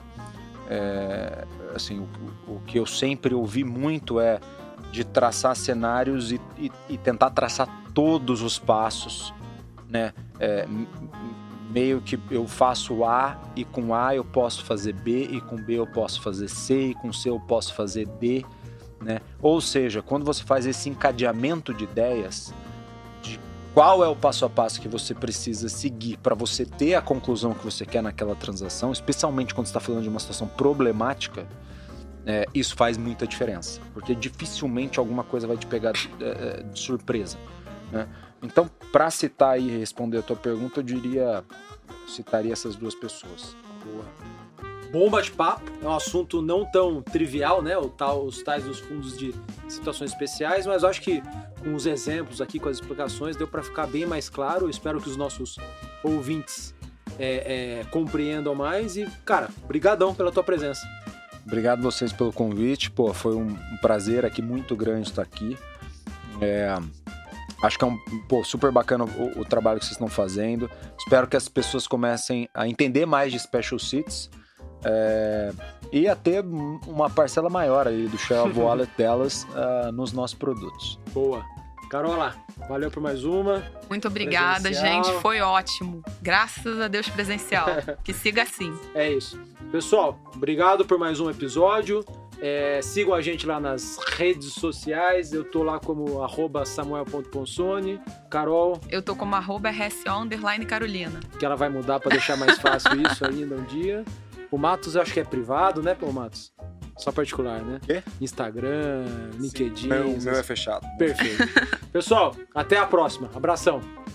Speaker 2: é, assim, o, o que eu sempre ouvi muito é de traçar cenários e, e, e tentar traçar todos os passos, né? É, meio que eu faço A e com A eu posso fazer B e com B eu posso fazer C e com C eu posso fazer D, né? Ou seja, quando você faz esse encadeamento de ideias, de qual é o passo a passo que você precisa seguir para você ter a conclusão que você quer naquela transação, especialmente quando você está falando de uma situação problemática, é, isso faz muita diferença, porque dificilmente alguma coisa vai te pegar é, de surpresa, né? Então, para citar e responder a tua pergunta, eu diria, citaria essas duas pessoas.
Speaker 1: Boa. Bom bate-papo, é um assunto não tão trivial, né? O tal, os tais dos fundos de situações especiais, mas eu acho que com os exemplos aqui, com as explicações, deu para ficar bem mais claro. Eu espero que os nossos ouvintes é, é, compreendam mais e, cara, brigadão pela tua presença.
Speaker 2: Obrigado vocês pelo convite, pô, foi um, um prazer aqui muito grande estar aqui. É... Acho que é um, pô, super bacana o, o trabalho que vocês estão fazendo. Espero que as pessoas comecem a entender mais de Special Seats é, e a ter uma parcela maior aí do share of wallet delas uh, nos nossos produtos.
Speaker 1: Boa. Carola, valeu por mais uma.
Speaker 3: Muito obrigada, presencial. Gente. Foi ótimo. Graças a Deus presencial. Que siga assim.
Speaker 1: É isso. Pessoal, obrigado por mais um episódio. É, sigam a gente lá nas redes sociais. Eu tô lá como arroba samuel ponto ponsone. Carol,
Speaker 3: eu tô como arroba rso underline Carolina.
Speaker 1: Que ela vai mudar pra deixar mais fácil isso ainda um dia. O Matos eu acho que é privado, né, Pô Matos? Só particular, né?
Speaker 2: Quê?
Speaker 1: Instagram, LinkedIn.
Speaker 2: Meu, meu é fechado.
Speaker 1: Perfeito. Pessoal, até a próxima. Abração.